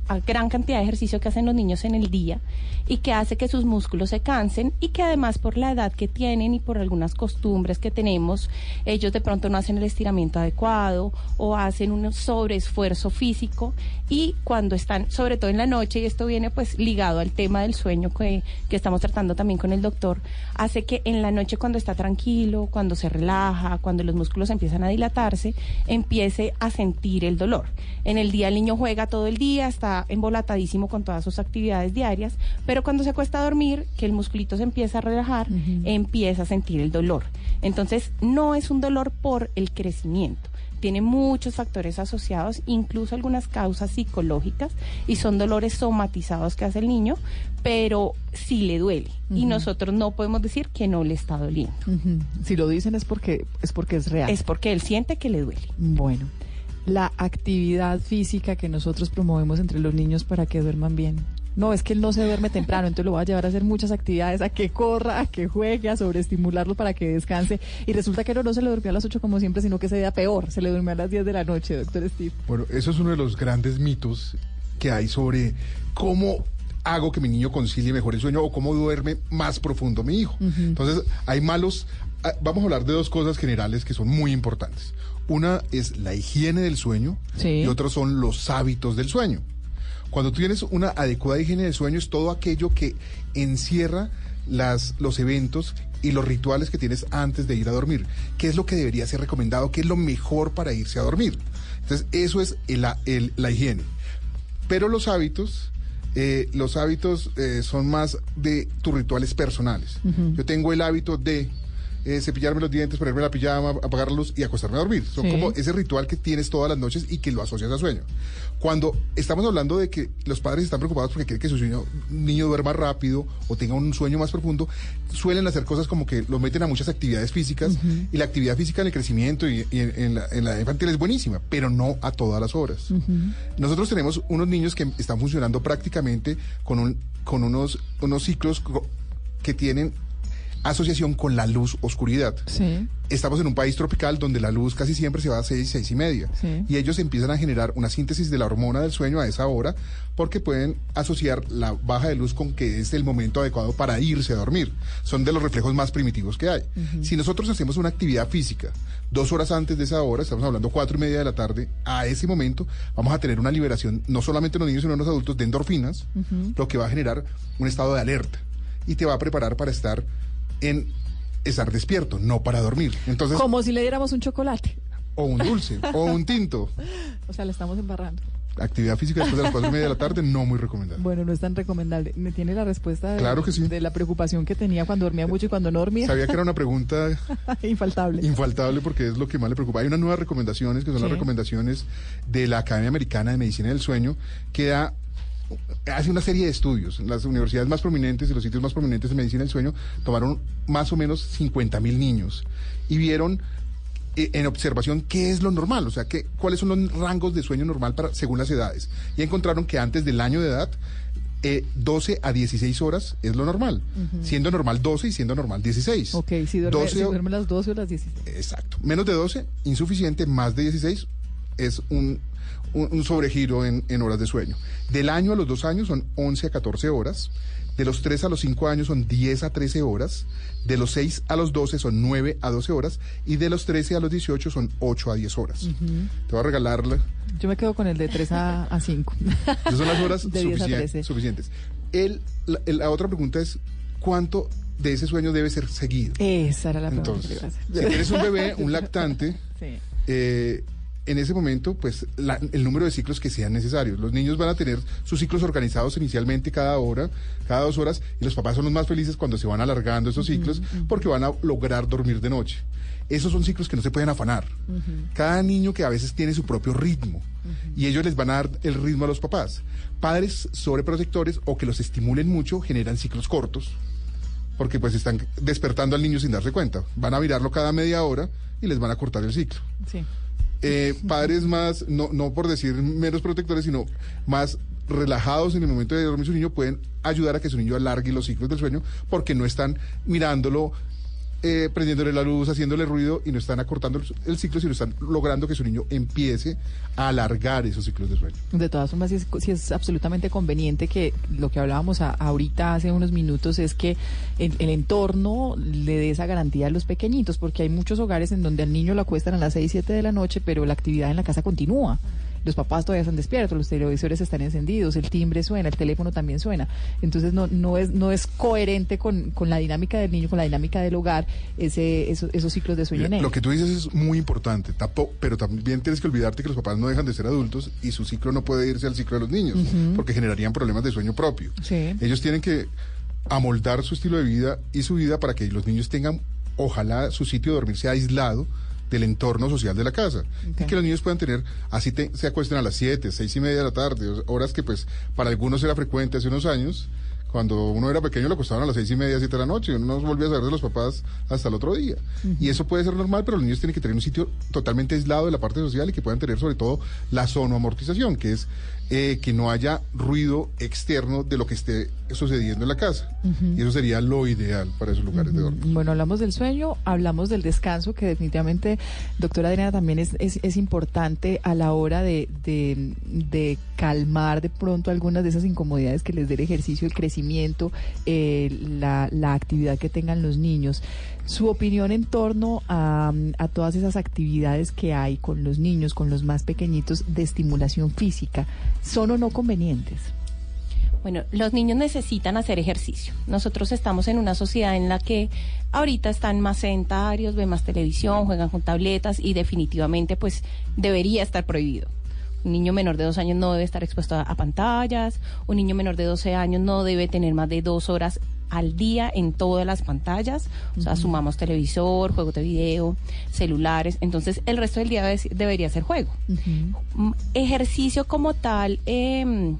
a gran cantidad de ejercicio que hacen los niños en el día y que hace que sus músculos se cansen y que además por la edad que tienen y por algunas costumbres que tenemos, ellos de pronto no hacen el estiramiento adecuado o hacen un sobreesfuerzo físico y cuando están, sobre todo en la noche, y esto viene pues ligado al tema del sueño que, que estamos tratando también con el doctor, hace que en la noche cuando está tranquilo, cuando se relaja, cuando los músculos empiezan a dilatarse, empiece a sentir el dolor. En el día el niño juega todo el día, está embolatadísimo con todas sus actividades diarias, pero cuando se acuesta a dormir, que el musculito se empieza a relajar, uh-huh. empieza a sentir el dolor. Entonces, no es un dolor por el crecimiento. Tiene muchos factores asociados, incluso algunas causas psicológicas, y son dolores somatizados que hace el niño, pero sí le duele. Uh-huh. Y nosotros no podemos decir que no le está doliendo. Uh-huh. Si lo dicen es porque, es porque es real. Es porque él siente que le duele. Bueno, la actividad física que nosotros promovemos entre los niños para que duerman bien. No, es que él no se duerme temprano, entonces lo va a llevar a hacer muchas actividades, a que corra, a que juegue, a sobreestimularlo para que descanse. Y resulta que no, no se le durmió a las ocho como siempre, sino que ese día peor, se le durmió a las diez de la noche, doctor Steve. Bueno, eso es uno de los grandes mitos que hay sobre cómo hago que mi niño concilie mejor el sueño o cómo duerme más profundo mi hijo. Uh-huh. Entonces, hay malos... Vamos a hablar de dos cosas generales que son muy importantes. Una es la higiene del sueño, sí, y otra son los hábitos del sueño. Cuando tú tienes una adecuada higiene del sueño es todo aquello que encierra las, los eventos y los rituales que tienes antes de ir a dormir. ¿Qué es lo que debería ser recomendado? ¿Qué es lo mejor para irse a dormir? Entonces, eso es el, el, la higiene. Pero los hábitos... Eh, los hábitos eh, son más de tus rituales personales. Uh-huh. Yo tengo el hábito de eh, cepillarme los dientes, ponerme la pijama, apagar la luz y acostarme a dormir. Son sí. como ese ritual que tienes todas las noches y que lo asocias a sueño. Cuando estamos hablando de que los padres están preocupados porque quieren que su sueño, niño duerma rápido o tenga un sueño más profundo, suelen hacer cosas como que lo meten a muchas actividades físicas, uh-huh, y la actividad física en el crecimiento y, y en, en, la, en la infantil es buenísima, pero no a todas las horas. Uh-huh. Nosotros tenemos unos niños que están funcionando prácticamente con, un, con unos, unos ciclos que tienen asociación con la luz-oscuridad. Sí. Estamos en un país tropical donde la luz casi siempre se va a seis, seis y media. Sí. Y ellos empiezan a generar una síntesis de la hormona del sueño a esa hora porque pueden asociar la baja de luz con que es el momento adecuado para irse a dormir. Son de los reflejos más primitivos que hay. Uh-huh. Si nosotros hacemos una actividad física dos horas antes de esa hora, estamos hablando cuatro y media de la tarde, a ese momento vamos a tener una liberación, no solamente en los niños, sino en los adultos, de endorfinas, uh-huh, lo que va a generar un estado de alerta y te va a preparar para estar en estar despierto, no para dormir. Entonces, como si le diéramos un chocolate. O un dulce, o un tinto. O sea, le estamos embarrando. Actividad física después de las cuatro y media de la tarde, no muy recomendable. Bueno, no es tan recomendable. ¿Me tiene la respuesta de, claro que sí, de la preocupación que tenía cuando dormía mucho y cuando no dormía? Sabía que era una pregunta infaltable. Infaltable porque es lo que más le preocupa. Hay unas nuevas recomendaciones, que son sí. las recomendaciones de la Academia Americana de Medicina del Sueño, que da... hace una serie de estudios. Las universidades más prominentes y los sitios más prominentes de medicina del sueño tomaron más o menos cincuenta mil niños y vieron eh, en observación qué es lo normal, o sea, qué, cuáles son los rangos de sueño normal para, según las edades. Y encontraron que antes del año de edad, eh, doce a dieciséis horas es lo normal, uh-huh, siendo normal doce y siendo normal dieciséis. Ok, si duerme, doce, si duerme las doce o las dieciséis. Exacto. Menos de doce, insuficiente. Más de dieciséis es un... un, un sobregiro en, en horas de sueño. Del año a los dos años son once a catorce horas, de los tres a los cinco años son diez a trece horas, de los seis a los doce son nueve a doce horas, y de los trece a los dieciocho son ocho a diez horas. Uh-huh. Te voy a regalarla. Yo me quedo con el de tres a cinco. Esas son las horas suficien- suficientes. El, la, la otra pregunta es, ¿cuánto de ese sueño debe ser seguido? Esa era la pregunta. Entonces, si tienes un bebé, un lactante, sí. eh, en ese momento, pues, la, el número de ciclos que sean necesarios. Los niños van a tener sus ciclos organizados inicialmente cada hora, cada dos horas, y los papás son los más felices cuando se van alargando esos ciclos, uh-huh, uh-huh, porque van a lograr dormir de noche. Esos son ciclos que no se pueden afanar. Uh-huh. Cada niño que a veces tiene su propio ritmo, uh-huh, y ellos les van a dar el ritmo a los papás. Padres sobreprotectores o que los estimulen mucho generan ciclos cortos, porque pues están despertando al niño sin darse cuenta. Van a mirarlo cada media hora y les van a cortar el ciclo. Sí. Eh, padres más, no, no por decir menos protectores, sino más relajados en el momento de dormir su niño, pueden ayudar a que su niño alargue los ciclos del sueño porque no están mirándolo eh, prendiéndole la luz, haciéndole ruido y no están acortando el, el ciclo, sino están logrando que su niño empiece a alargar esos ciclos de sueño. De todas formas, sí es, sí es absolutamente conveniente que lo que hablábamos a, ahorita hace unos minutos es que el, el entorno le dé esa garantía a los pequeñitos, porque hay muchos hogares en donde al niño lo acuestan a las seis, siete de la noche, pero la actividad en la casa continúa. Los papás todavía están despiertos, los televisores están encendidos, el timbre suena, el teléfono también suena. Entonces no no es no es coherente con, con la dinámica del niño, con la dinámica del hogar, ese esos, esos ciclos de sueño. Mira, en él. lo que tú dices es muy importante, tapo, pero también tienes que olvidarte que los papás no dejan de ser adultos y su ciclo no puede irse al ciclo de los niños, uh-huh. porque generarían problemas de sueño propio. Sí. Ellos tienen que amoldar su estilo de vida y su vida para que los niños tengan, ojalá, su sitio de dormir sea aislado del entorno social de la casa. Okay. Y que los niños puedan tener, así te, se acuesten a las siete, seis y media de la tarde, horas que pues para algunos era frecuente hace unos años. Cuando uno era pequeño lo acostaban a las seis y media, siete de la noche, y uno no volvía a saber de los papás hasta el otro día. Uh-huh. Y eso puede ser normal, pero los niños tienen que tener un sitio totalmente aislado de la parte social y que puedan tener sobre todo la sonoamortización, que es eh, que no haya ruido externo de lo que esté sucediendo en la casa. Uh-huh. Y eso sería lo ideal para esos lugares uh-huh. de dormir. Bueno, hablamos del sueño, hablamos del descanso, que definitivamente, doctora Adriana, también es, es, es importante a la hora de, de, de calmar de pronto algunas de esas incomodidades que les dé el ejercicio, el crecimiento, eh, la, la actividad que tengan los niños. Su opinión en torno a, a todas esas actividades que hay con los niños, con los más pequeñitos, de estimulación física, ¿son o no convenientes? Bueno, los niños necesitan hacer ejercicio. Nosotros estamos en una sociedad en la que ahorita están más sedentarios, ven más televisión, juegan con tabletas y definitivamente pues debería estar prohibido. Un niño menor de dos años no debe estar expuesto a, a pantallas, un niño menor de doce años no debe tener más de dos horas al día en todas las pantallas, o sea, uh-huh. sumamos televisor, juegos de video, celulares, entonces el resto del día debe, debería ser juego. Uh-huh. Ejercicio como tal, eh,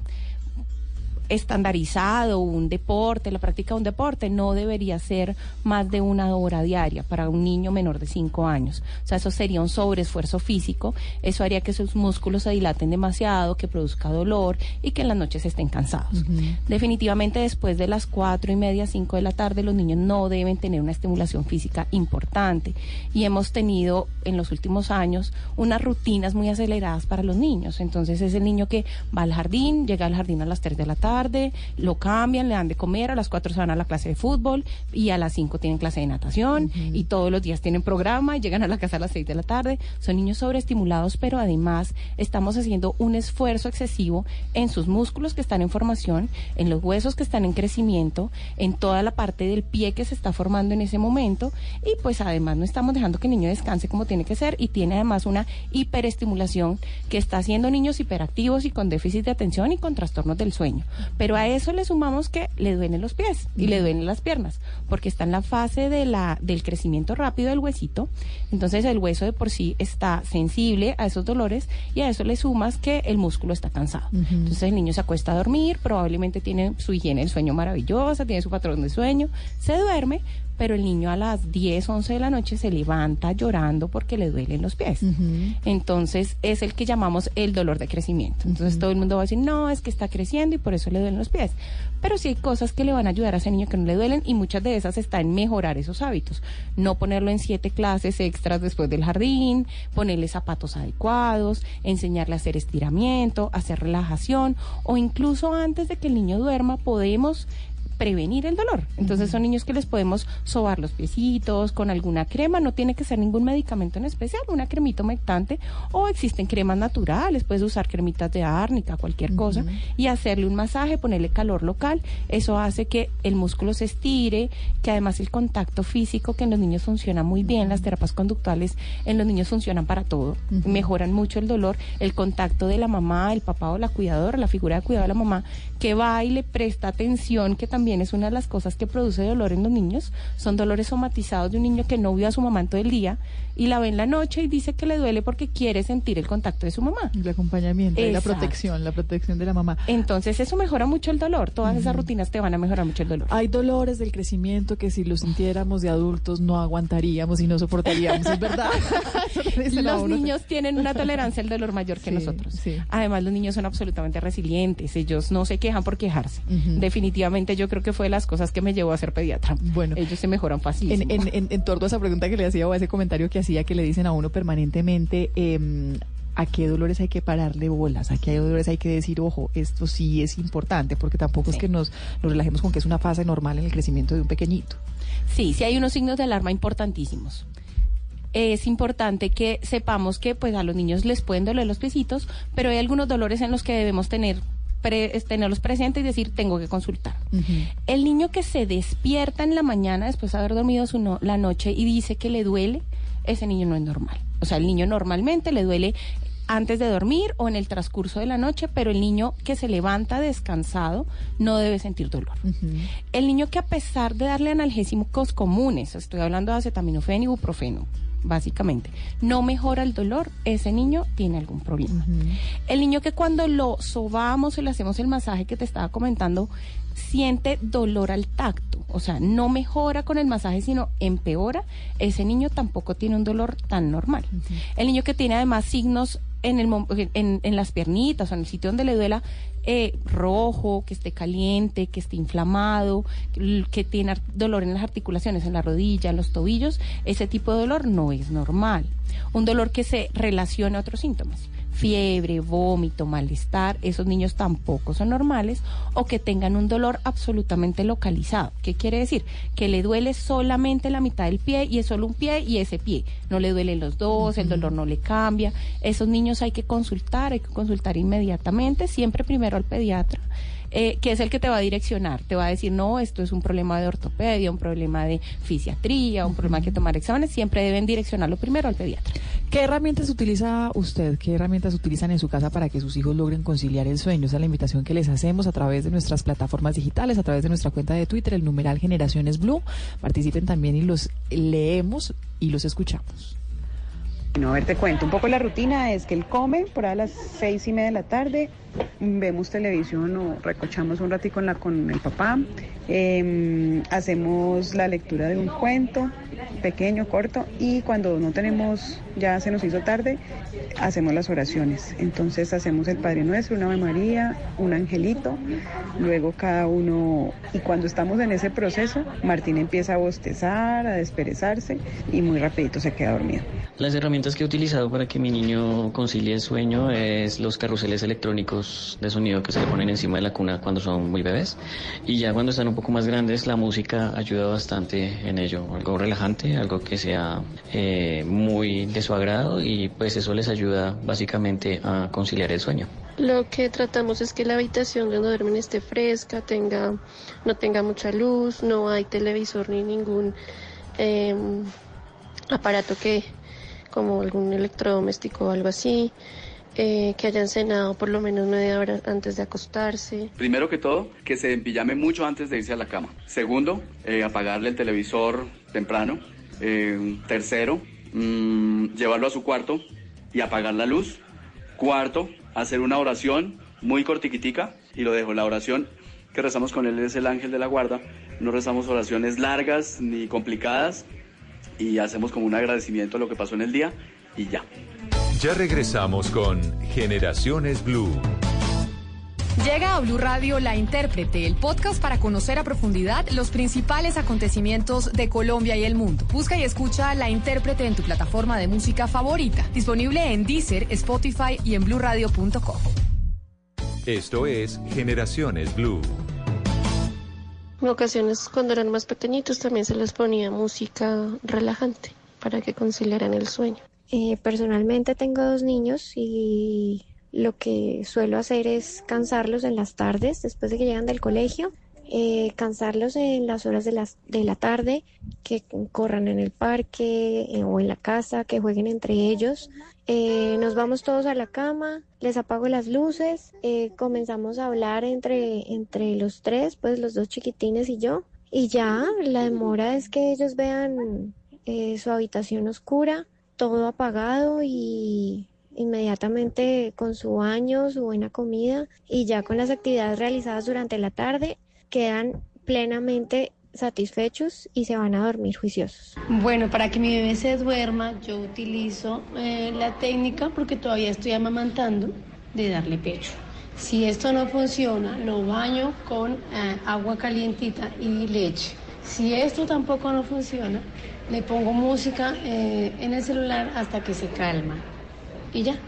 estandarizado, un deporte, la práctica de un deporte no debería ser más de una hora diaria para un niño menor de cinco años. O sea, eso sería un sobreesfuerzo físico, eso haría que sus músculos se dilaten demasiado, que produzca dolor y que en las noches estén cansados. Uh-huh. Definitivamente después de las cuatro y media, cinco de la tarde, los niños no deben tener una estimulación física importante y hemos tenido en los últimos años unas rutinas muy aceleradas para los niños. Entonces es el niño que va al jardín, llega al jardín a las tres de la tarde, lo cambian, le dan de comer, a las cuatro se van a la clase de fútbol y a las cinco tienen clase de natación uh-huh. y todos los días tienen programa y llegan a la casa a las seis de la tarde. Son niños sobreestimulados, pero además estamos haciendo un esfuerzo excesivo en sus músculos que están en formación, en los huesos que están en crecimiento, en toda la parte del pie que se está formando en ese momento y pues además no estamos dejando que el niño descanse como tiene que ser y tiene además una hiperestimulación que está haciendo niños hiperactivos y con déficit de atención y con trastornos del sueño. Pero a eso le sumamos que le duelen los pies y le duelen las piernas, porque está en la fase de la del crecimiento rápido del huesito, entonces el hueso de por sí está sensible a esos dolores y a eso le sumas que el músculo está cansado. Uh-huh. Entonces el niño se acuesta a dormir, probablemente tiene su higiene del sueño maravillosa, tiene su patrón de sueño, se duerme, pero el niño a las diez, once de la noche se levanta llorando porque le duelen los pies. Uh-huh. Entonces es el que llamamos el dolor de crecimiento. Entonces uh-huh. todo el mundo va a decir, no, es que está creciendo y por eso le duelen los pies. Pero sí hay cosas que le van a ayudar a ese niño que no le duelen y muchas de esas están en mejorar esos hábitos. No ponerlo en siete clases extras después del jardín, ponerle zapatos adecuados, enseñarle a hacer estiramiento, hacer relajación o incluso antes de que el niño duerma podemos prevenir el dolor. Entonces uh-huh. son niños que les podemos sobar los piecitos con alguna crema, no tiene que ser ningún medicamento en especial, una cremita humectante o existen cremas naturales, puedes usar cremitas de árnica, cualquier uh-huh. cosa y hacerle un masaje, ponerle calor local, eso hace que el músculo se estire, que además el contacto físico que en los niños funciona muy bien, uh-huh. las terapias conductuales en los niños funcionan para todo, uh-huh. mejoran mucho el dolor, el contacto de la mamá, el papá o la cuidadora, la figura de cuidado de la mamá que va y le presta atención, que también es una de las cosas que produce dolor en los niños, son dolores somatizados de un niño que no vio a su mamá en todo el día y la ve en la noche y dice que le duele porque quiere sentir el contacto de su mamá. El acompañamiento, y la protección, la protección de la mamá. Entonces eso mejora mucho el dolor, todas uh-huh. esas rutinas te van a mejorar mucho el dolor. Hay dolores del crecimiento que si los sintiéramos de adultos no aguantaríamos y no soportaríamos, ¿es verdad? Los niños tienen una tolerancia al dolor mayor que sí, nosotros. Sí. Además los niños son absolutamente resilientes, ellos no se quejan por quejarse. Uh-huh. Definitivamente yo creo creo que fue de las cosas que me llevó a ser pediatra. Bueno, ellos se mejoran fácilmente. En, en, en, en torno a esa pregunta que le hacía o a ese comentario que hacía, que le dicen a uno permanentemente, eh, a qué dolores hay que pararle bolas, a qué dolores hay que decir, ojo, esto sí es importante, porque tampoco sí. es que nos, nos relajemos con que es una fase normal en el crecimiento de un pequeñito. Sí, sí hay unos signos de alarma importantísimos. Es importante que sepamos que pues a los niños les pueden doler los piecitos, pero hay algunos dolores en los que debemos tener pre, tenerlos presentes y decir, tengo que consultar. Uh-huh. El niño que se despierta en la mañana después de haber dormido su no, la noche y dice que le duele, ese niño no es normal. O sea, el niño normalmente le duele antes de dormir o en el transcurso de la noche, pero el niño que se levanta descansado no debe sentir dolor. Uh-huh. El niño que a pesar de darle analgésicos comunes, estoy hablando de acetaminofén y ibuprofeno, básicamente, no mejora el dolor, ese niño tiene algún problema. Uh-huh. El niño que cuando lo sobamos o le hacemos el masaje que te estaba comentando, siente dolor al tacto, o sea, no mejora con el masaje, sino empeora, ese niño tampoco tiene un dolor tan normal. Uh-huh. El niño que tiene además signos en, el, en, en las piernitas o en el sitio donde le duela, eh, rojo, que esté caliente, que esté inflamado, que tiene dolor en las articulaciones, en la rodilla, en los tobillos, ese tipo de dolor no es normal. Un dolor que se relaciona a otros síntomas. Fiebre, vómito, malestar, esos niños tampoco son normales, o que tengan un dolor absolutamente localizado. ¿Qué quiere decir? Que le duele solamente la mitad del pie y es solo un pie y ese pie. No le duelen los dos, uh-huh. el dolor no le cambia. Esos niños hay que consultar, hay que consultar inmediatamente, siempre primero al pediatra. Eh, que es el que te va a direccionar, te va a decir, no, esto es un problema de ortopedia, un problema de fisiatría, un uh-huh. problema que tomar exámenes, siempre deben direccionarlo primero al pediatra. ¿Qué herramientas utiliza usted, qué herramientas utilizan en su casa para que sus hijos logren conciliar el sueño? Esa es la invitación que les hacemos a través de nuestras plataformas digitales, a través de nuestra cuenta de Twitter, el numeral Generaciones Blue. Participen también y los leemos y los escuchamos. Bueno, a ver, te cuento. Un poco la rutina es que él come por a las seis y media de la tarde, vemos televisión o recochamos un ratico con, la, con el papá, eh, hacemos la lectura de un cuento pequeño, corto, y cuando no tenemos, ya se nos hizo tarde, hacemos las oraciones. Entonces hacemos el Padre Nuestro, una Ave María, un angelito, luego cada uno, y cuando estamos en ese proceso, Martín empieza a bostezar, a desperezarse y muy rapidito se queda dormido. Las herramientas que he utilizado para que mi niño concilie el sueño es los carruseles electrónicos de sonido que se le ponen encima de la cuna cuando son muy bebés, y ya cuando están un poco más grandes la música ayuda bastante en ello, algo relajante, algo que sea eh, muy de su agrado, y pues eso les ayuda básicamente a conciliar el sueño. Lo que tratamos es que la habitación donde duermen esté fresca, tenga, no tenga mucha luz, no hay televisor ni ningún eh, aparato que, como algún electrodoméstico o algo así, eh, que hayan cenado por lo menos media hora antes de acostarse. Primero que todo, que se empillame mucho antes de irse a la cama. Segundo, eh, apagarle el televisor temprano. Eh, tercero, mmm, llevarlo a su cuarto y apagar la luz. Cuarto, hacer una oración muy cortiquitica, y lo dejo. La oración que rezamos con él es el ángel de la guarda. No rezamos oraciones largas ni complicadas, y hacemos como un agradecimiento a lo que pasó en el día y ya. Ya regresamos con Generaciones Blue. Llega a Blue Radio La Intérprete, el podcast para conocer a profundidad los principales acontecimientos de Colombia y el mundo. Busca y escucha La Intérprete en tu plataforma de música favorita. Disponible en Deezer, Spotify y en blue radio punto com. Esto es Generaciones Blue. En ocasiones, cuando eran más pequeñitos, también se les ponía música relajante para que conciliaran el sueño. Eh, personalmente tengo dos niños y lo que suelo hacer es cansarlos en las tardes, después de que llegan del colegio, eh, cansarlos en las horas de, las, de la tarde, que corran en el parque eh, o en la casa, que jueguen entre ellos. Eh, nos vamos todos a la cama, les apago las luces, eh, comenzamos a hablar entre, entre los tres, pues los dos chiquitines y yo, y ya la demora es que ellos vean eh, su habitación oscura, todo apagado, y inmediatamente con su baño, su buena comida, y ya con las actividades realizadas durante la tarde, quedan plenamente satisfechos y se van a dormir juiciosos. Bueno, para que mi bebé se duerma, yo utilizo eh, la técnica, porque todavía estoy amamantando, de darle pecho. Si esto no funciona, lo baño con eh, agua calientita y leche. Si esto tampoco no funciona, le pongo música eh, en el celular hasta que se calma. Y ya.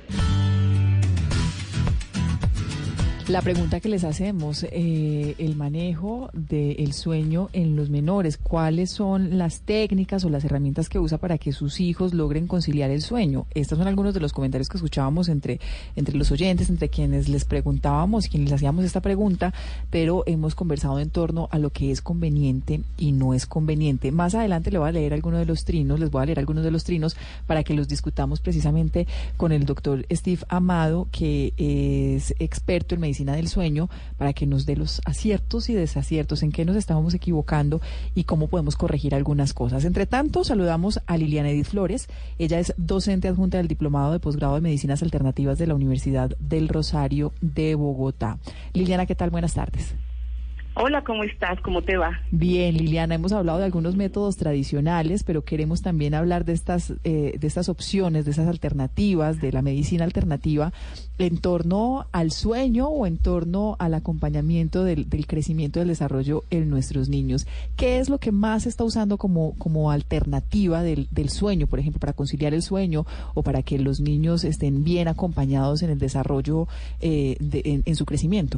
La pregunta que les hacemos, eh, el manejo del sueño en los menores, ¿cuáles son las técnicas o las herramientas que usa para que sus hijos logren conciliar el sueño? Estos son algunos de los comentarios que escuchábamos entre, entre los oyentes, entre quienes les preguntábamos, quienes les hacíamos esta pregunta, pero hemos conversado en torno a lo que es conveniente y no es conveniente. Más adelante le voy a leer algunos de los trinos, les voy a leer algunos de los trinos para que los discutamos precisamente con el doctor Steve Amado, que es experto en medicina del sueño, para que nos dé los aciertos y desaciertos, en qué nos estábamos equivocando y cómo podemos corregir algunas cosas. Entre tanto, saludamos a Liliana Edith Flores. Ella es docente adjunta del Diplomado de Posgrado de Medicinas Alternativas de la Universidad del Rosario de Bogotá. Liliana, ¿qué tal? Buenas tardes. Hola, ¿cómo estás? ¿Cómo te va? Bien, Liliana, hemos hablado de algunos métodos tradicionales, pero queremos también hablar de estas, eh, de estas opciones, de esas alternativas, de la medicina alternativa, en torno al sueño o en torno al acompañamiento del, del crecimiento y del desarrollo en nuestros niños. ¿Qué es lo que más se está usando como, como alternativa del, del sueño, por ejemplo, para conciliar el sueño o para que los niños estén bien acompañados en el desarrollo, eh, de, en, en su crecimiento?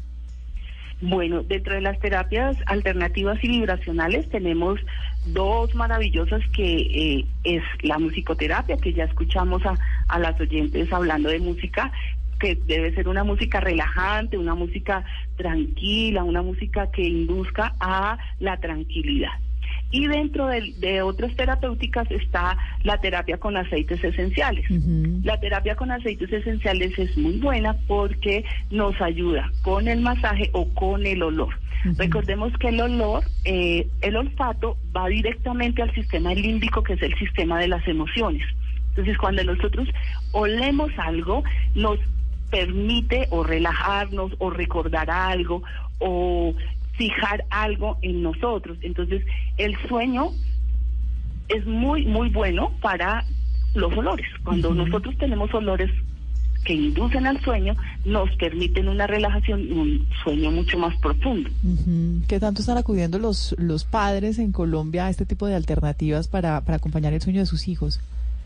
Bueno, dentro de las terapias alternativas y vibracionales tenemos dos maravillosas que eh, es la musicoterapia, que ya escuchamos a, a las oyentes hablando de música, que debe ser una música relajante, una música tranquila, una música que induzca a la tranquilidad. Y dentro de, de otras terapéuticas está la terapia con aceites esenciales. Uh-huh. La terapia con aceites esenciales es muy buena porque nos ayuda con el masaje o con el olor. Uh-huh. Recordemos que el olor, eh, el olfato va directamente al sistema límbico, que es el sistema de las emociones. Entonces, cuando nosotros olemos algo, nos permite o relajarnos o recordar algo o fijar algo en nosotros. Entonces, el sueño es muy, muy bueno para los olores. Cuando uh-huh. nosotros tenemos olores que inducen al sueño, nos permiten una relajación y un sueño mucho más profundo. Uh-huh. ¿Qué tanto están acudiendo los, los padres en Colombia a este tipo de alternativas para, para acompañar el sueño de sus hijos?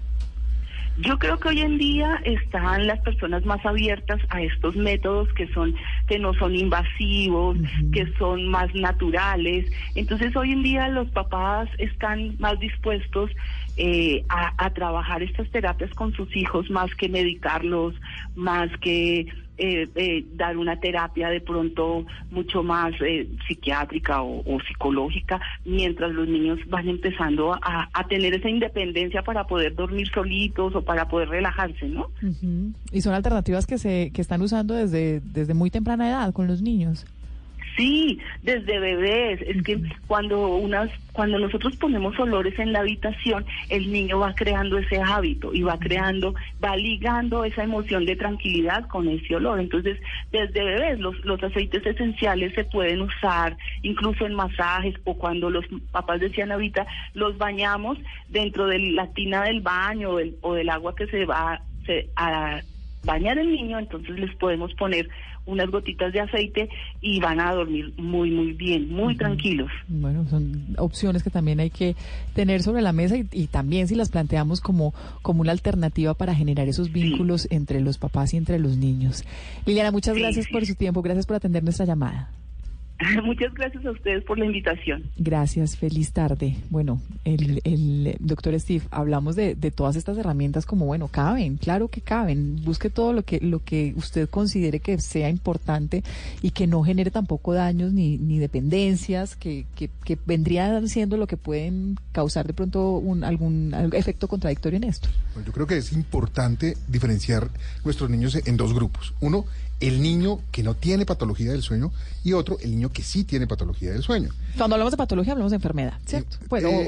Yo creo que hoy en día están las personas más abiertas a estos métodos que son que no son invasivos, uh-huh. que son más naturales. Entonces hoy en día los papás están más dispuestos eh, a, a trabajar estas terapias con sus hijos, más que medicarlos, más que Eh, eh, dar una terapia de pronto mucho más eh, psiquiátrica o, o psicológica, mientras los niños van empezando a, a tener esa independencia para poder dormir solitos o para poder relajarse, ¿no? Uh-huh. Y son alternativas que se que están usando desde desde muy temprana edad con los niños. Sí, desde bebés. Es que cuando unas, cuando nosotros ponemos olores en la habitación, el niño va creando ese hábito y va creando, va ligando esa emoción de tranquilidad con ese olor. Entonces, desde bebés los, los aceites esenciales se pueden usar incluso en masajes, o cuando los papás decían ahorita, los bañamos dentro de la tina del baño o del, o del agua que se va se, a bañar el niño, entonces les podemos poner unas gotitas de aceite y van a dormir muy, muy bien, muy uh-huh. tranquilos. Bueno, son opciones que también hay que tener sobre la mesa y, y también si las planteamos como, como una alternativa para generar esos vínculos sí. entre los papás y entre los niños. Liliana, muchas sí, gracias sí. por su tiempo, gracias por atender nuestra llamada. Muchas gracias a ustedes por la invitación. Gracias, feliz tarde. Bueno, el, el doctor Steve, hablamos de, de todas estas herramientas como, bueno, caben, claro que caben. Busque todo lo que lo que usted considere que sea importante y que no genere tampoco daños ni, ni dependencias, que, que, que vendrían siendo lo que pueden causar de pronto un, algún efecto contradictorio en esto. Bueno, yo creo que es importante diferenciar nuestros niños en dos grupos. Uno, el niño que no tiene patología del sueño, y otro, el niño que sí tiene patología del sueño. Cuando hablamos de patología hablamos de enfermedad, ¿cierto? Eh, pues, eh, o,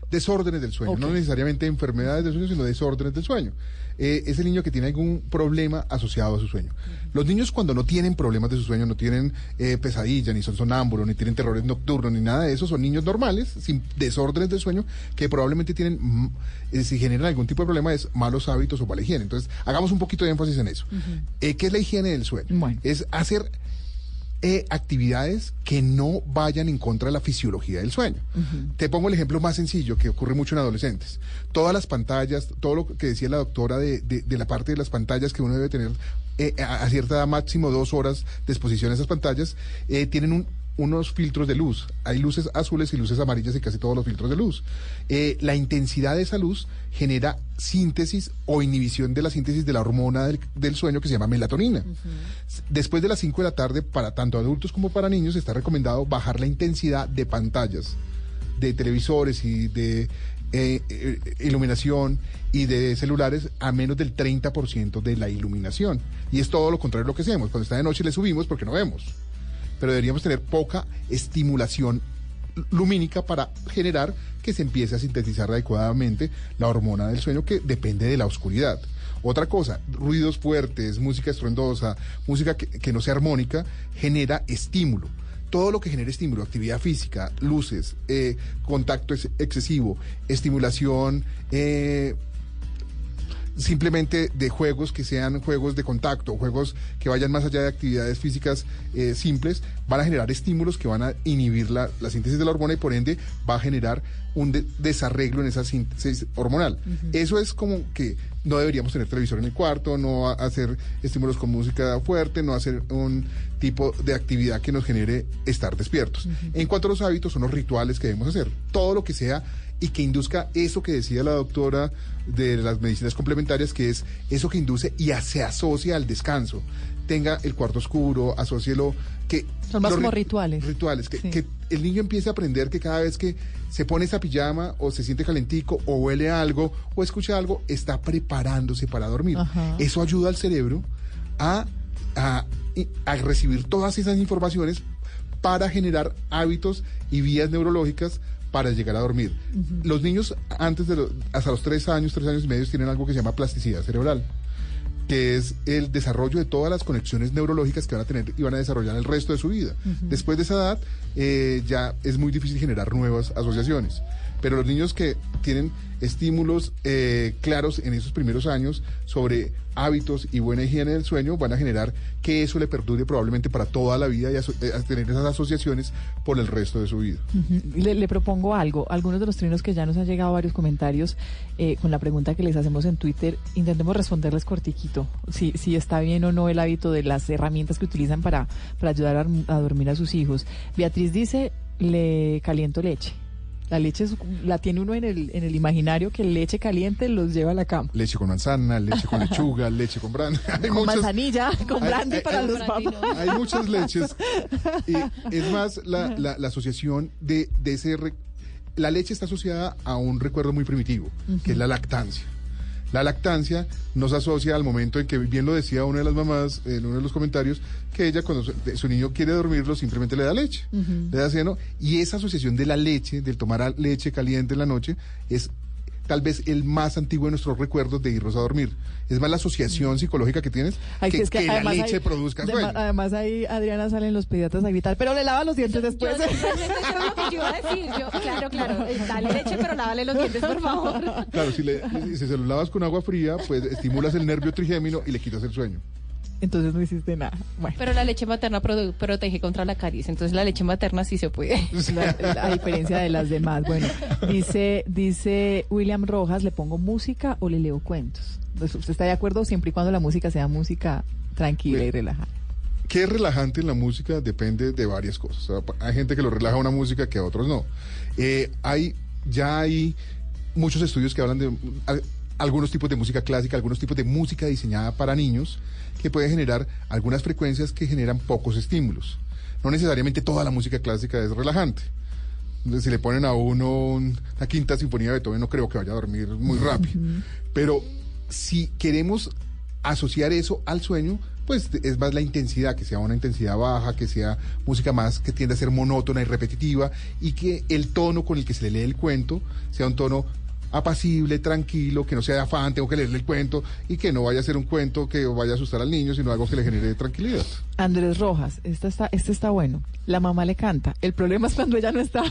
desórdenes del sueño, Okay. no necesariamente enfermedades del sueño, sino desórdenes del sueño. Eh, es el niño que tiene algún problema asociado a su sueño. Los niños cuando no tienen problemas de su sueño, no tienen eh, pesadilla, ni son sonámbulos, ni tienen terrores nocturnos, ni nada de eso, son niños normales, sin desórdenes del sueño, que probablemente tienen, mm, eh, si generan algún tipo de problema, es malos hábitos o mala higiene. Entonces, hagamos un poquito de énfasis en eso. Ujú. Eh, ¿Qué es la higiene del sueño? Bueno. Es hacer eh, actividades que no vayan en contra de la fisiología del sueño. Ujú. Te pongo el ejemplo más sencillo que ocurre mucho en adolescentes. Todas las pantallas, todo lo que decía la doctora de, de, de la parte de las pantallas que uno debe tener eh, a, a cierta edad, máximo dos horas de exposición a esas pantallas, eh, tienen un unos filtros de luz. Hay luces azules y luces amarillas y casi todos los filtros de luz. Eh, la intensidad de esa luz genera síntesis o inhibición de la síntesis de la hormona del, del sueño que se llama melatonina. Uh-huh. Después de las cinco de la tarde, para tanto adultos como para niños, está recomendado bajar la intensidad de pantallas, de televisores y de eh, eh, iluminación y de celulares a menos del treinta por ciento de la iluminación. Y es todo lo contrario de lo que hacemos. Cuando está de noche le subimos porque no vemos. Pero deberíamos tener poca estimulación lumínica para generar que se empiece a sintetizar adecuadamente la hormona del sueño, que depende de la oscuridad. Otra cosa, ruidos fuertes, música estruendosa, música que, que no sea armónica, genera estímulo. Todo lo que genere estímulo, actividad física, luces, eh, contacto ex- excesivo, estimulación, eh, simplemente de juegos que sean juegos de contacto, juegos que vayan más allá de actividades físicas eh, simples, van a generar estímulos que van a inhibir la, la síntesis de la hormona y por ende va a generar un de- desarreglo en esa síntesis hormonal. Uh-huh. Eso es como que no deberíamos tener televisor en el cuarto, no hacer estímulos con música fuerte, no hacer un tipo de actividad que nos genere estar despiertos. Uh-huh. En cuanto a los hábitos, son los rituales que debemos hacer. Todo lo que sea y que induzca eso que decía la doctora de las medicinas complementarias, que es eso que induce y a, se asocia al descanso. Tenga el cuarto oscuro, asócielo, que... Son más como ri- rituales. Rituales, que, Sí. que el niño empiece a aprender que cada vez que se pone esa pijama o se siente calentico o huele algo o escucha algo, está preparándose para dormir. Ajá. Eso ayuda al cerebro a, a, a recibir todas esas informaciones para generar hábitos y vías neurológicas para llegar a dormir. Uh-huh. Los niños antes de lo, hasta los tres años, tres años y medio tienen algo que se llama plasticidad cerebral, que es el desarrollo de todas las conexiones neurológicas que van a tener y van a desarrollar el resto de su vida. Uh-huh. Después de esa edad eh, ya es muy difícil generar nuevas asociaciones. Pero los niños que tienen estímulos eh, claros en esos primeros años sobre hábitos y buena higiene del sueño van a generar que eso le perdure probablemente para toda la vida y a, a tener esas asociaciones por el resto de su vida. Uh-huh. Le, le propongo algo. Algunos de los trinos que ya nos han llegado varios comentarios eh, con la pregunta que les hacemos en Twitter, intentemos responderles cortiquito. Si, si está bien o no el hábito de las herramientas que utilizan para, para ayudar a, a dormir a sus hijos. Beatriz dice, le caliento leche. La leche es, la tiene uno en el en el imaginario, que leche caliente los lleva a la cama. Leche con manzana, leche con lechuga, leche con brandy. Hay con muchas, manzanilla, con brandy hay, para hay, los papás. Hay muchas leches. Y es más, la, la, la asociación de, de ese... Re, la leche está asociada a un recuerdo muy primitivo, uh-huh. que es la lactancia. La lactancia nos asocia al momento en que, bien lo decía una de las mamás en uno de los comentarios, que ella cuando su, su niño quiere dormirlo simplemente le da leche, uh-huh. le da seno, y esa asociación de la leche, del tomar leche caliente en la noche, es tal vez el más antiguo de nuestros recuerdos de irnos a dormir. Es más la asociación psicológica que tienes Ay, que, que, es que, que la leche hay, produzca de, sueño. Además ahí, Adriana, salen los pediatras a gritar, pero le lava los dientes yo, después. Yo, realmente eso es lo que yo iba a decir. Yo, claro, claro, dale leche, pero lávale los dientes, por favor. Claro, si, le, si se lo lavas con agua fría, pues estimulas el nervio trigémino y le quitas el sueño. Entonces no hiciste nada. Bueno. Pero la leche materna produ- protege contra la caries, entonces la leche materna sí se puede. La, la, a diferencia de las demás. Bueno, dice dice William Rojas, ¿le pongo música o le leo cuentos? ¿Usted está de acuerdo siempre y cuando la música sea música tranquila Bien. y relajada? ¿Qué es relajante en la música? Depende de varias cosas. O sea, hay gente que lo relaja una música que a otros no. Eh, hay ya hay muchos estudios que hablan de a, algunos tipos de música clásica, algunos tipos de música diseñada para niños, que puede generar algunas frecuencias que generan pocos estímulos. No necesariamente toda la música clásica es relajante. Si le ponen a uno una quinta sinfonía de Beethoven, no creo que vaya a dormir muy rápido. Uh-huh. Pero si queremos asociar eso al sueño, pues es más la intensidad, que sea una intensidad baja, que sea música más que tiende a ser monótona y repetitiva, y que el tono con el que se le lee el cuento sea un tono apacible, tranquilo, que no sea de afán, tengo que leerle el cuento, y que no vaya a ser un cuento que vaya a asustar al niño, sino algo que le genere tranquilidad. Andrés Rojas, este está, este está bueno. La mamá le canta. El problema es cuando ella no está.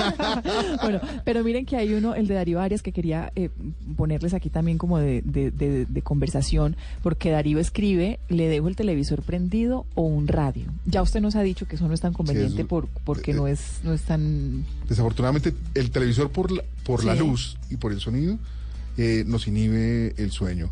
Bueno, pero miren que hay uno, el de Darío Arias, que quería eh, ponerles aquí también como de, de, de, de conversación, porque Darío escribe, le dejo el televisor prendido o un radio. Ya usted nos ha dicho que eso no es tan conveniente sí, eso, por, porque eh, no es no es tan... Desafortunadamente, el televisor por la, por sí. la luz y por el sonido eh, nos inhibe el sueño.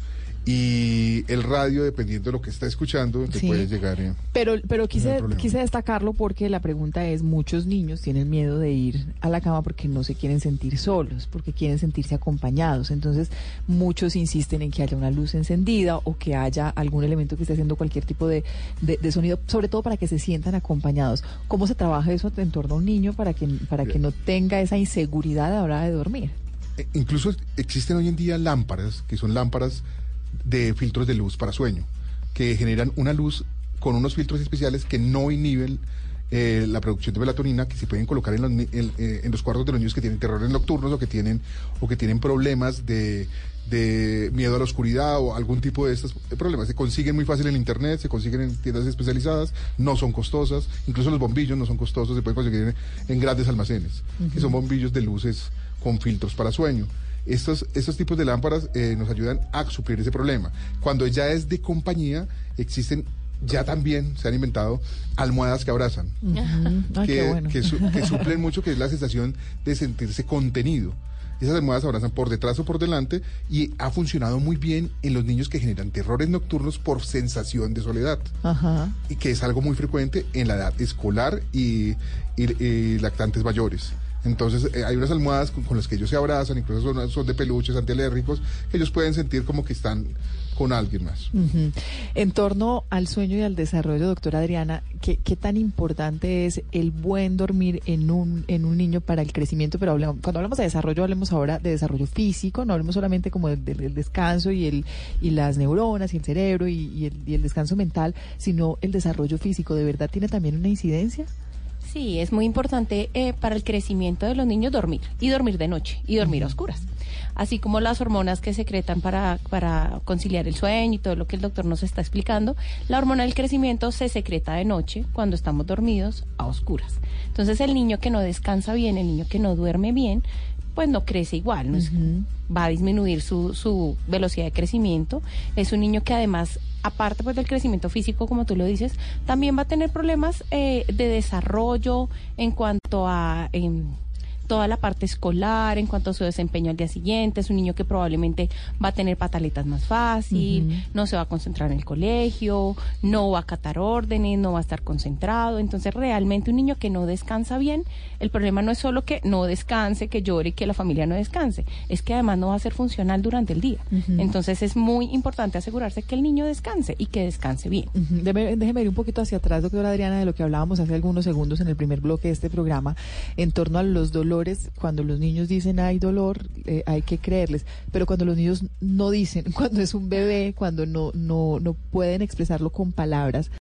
Y el radio, dependiendo de lo que está escuchando, te sí. puede llegar eh, pero pero quise quise destacarlo porque la pregunta es, muchos niños tienen miedo de ir a la cama porque no se quieren sentir solos, porque quieren sentirse acompañados. Entonces muchos insisten en que haya una luz encendida o que haya algún elemento que esté haciendo cualquier tipo de, de, de sonido, sobre todo para que se sientan acompañados. ¿Cómo se trabaja eso en torno a un niño para que para que no tenga esa inseguridad a la hora de dormir? Eh, incluso existen hoy en día lámparas, que son lámparas de filtros de luz para sueño, que generan una luz con unos filtros especiales que no inhiben eh, la producción de melatonina, que se pueden colocar en los, en, eh, en los cuartos de los niños que tienen terrores nocturnos o que tienen o que tienen problemas de, de miedo a la oscuridad o algún tipo de estos problemas. Se consiguen muy fácil en internet, se consiguen en tiendas especializadas, no son costosas, incluso los bombillos no son costosos, se pueden conseguir en, en grandes almacenes, uh-huh. que son bombillos de luces con filtros para sueño. Estos, estos tipos de lámparas eh, nos ayudan a suplir ese problema. Cuando ya es de compañía, existen, ya también se han inventado almohadas que abrazan, uh-huh. que, Ay, bueno. que, su, que suplen mucho, que es la sensación de sentirse contenido. Esas almohadas abrazan por detrás o por delante y ha funcionado muy bien en los niños que generan terrores nocturnos por sensación de soledad. Uh-huh. Y que es algo muy frecuente en la edad escolar y, y, y lactantes mayores. Entonces eh, hay unas almohadas con, con las que ellos se abrazan, incluso son, son de peluches antialérgicos, que ellos pueden sentir como que están con alguien más. Uh-huh. En torno al sueño y al desarrollo, doctora Adriana, ¿qué, qué tan importante es el buen dormir en un en un niño para el crecimiento? Pero hablamos, cuando hablamos de desarrollo, hablemos ahora de desarrollo físico, no hablemos solamente como del, del descanso y el y las neuronas y el cerebro y, y, el, y el descanso mental, sino el desarrollo físico. ¿De verdad tiene también una incidencia? Sí, es muy importante eh, para el crecimiento de los niños dormir, y dormir de noche, y dormir uh-huh. a oscuras. Así como las hormonas que secretan para, para conciliar el sueño y todo lo que el doctor nos está explicando, la hormona del crecimiento se secreta de noche cuando estamos dormidos a oscuras. Entonces el niño que no descansa bien, el niño que no duerme bien, pues no crece igual, ¿no? Uh-huh. Va a disminuir su, su velocidad de crecimiento. Es un niño que además, aparte pues del crecimiento físico, como tú lo dices, también va a tener problemas eh, de desarrollo en cuanto a... Eh, toda la parte escolar, en cuanto a su desempeño al día siguiente. Es un niño que probablemente va a tener pataletas más fácil, uh-huh. no se va a concentrar en el colegio, no va a acatar órdenes, no va a estar concentrado. Entonces, realmente un niño que no descansa bien, el problema no es solo que no descanse, que llore, que la familia no descanse, es que además no va a ser funcional durante el día. Uh-huh. Entonces, es muy importante asegurarse que el niño descanse y que descanse bien. Uh-huh. Déjeme, déjeme ir un poquito hacia atrás, doctora Adriana, de lo que hablábamos hace algunos segundos en el primer bloque de este programa, en torno a los dolores. Cuando los niños dicen hay dolor, eh, hay que creerles, pero cuando los niños no dicen, cuando es un bebé, cuando no no no pueden expresarlo con palabras,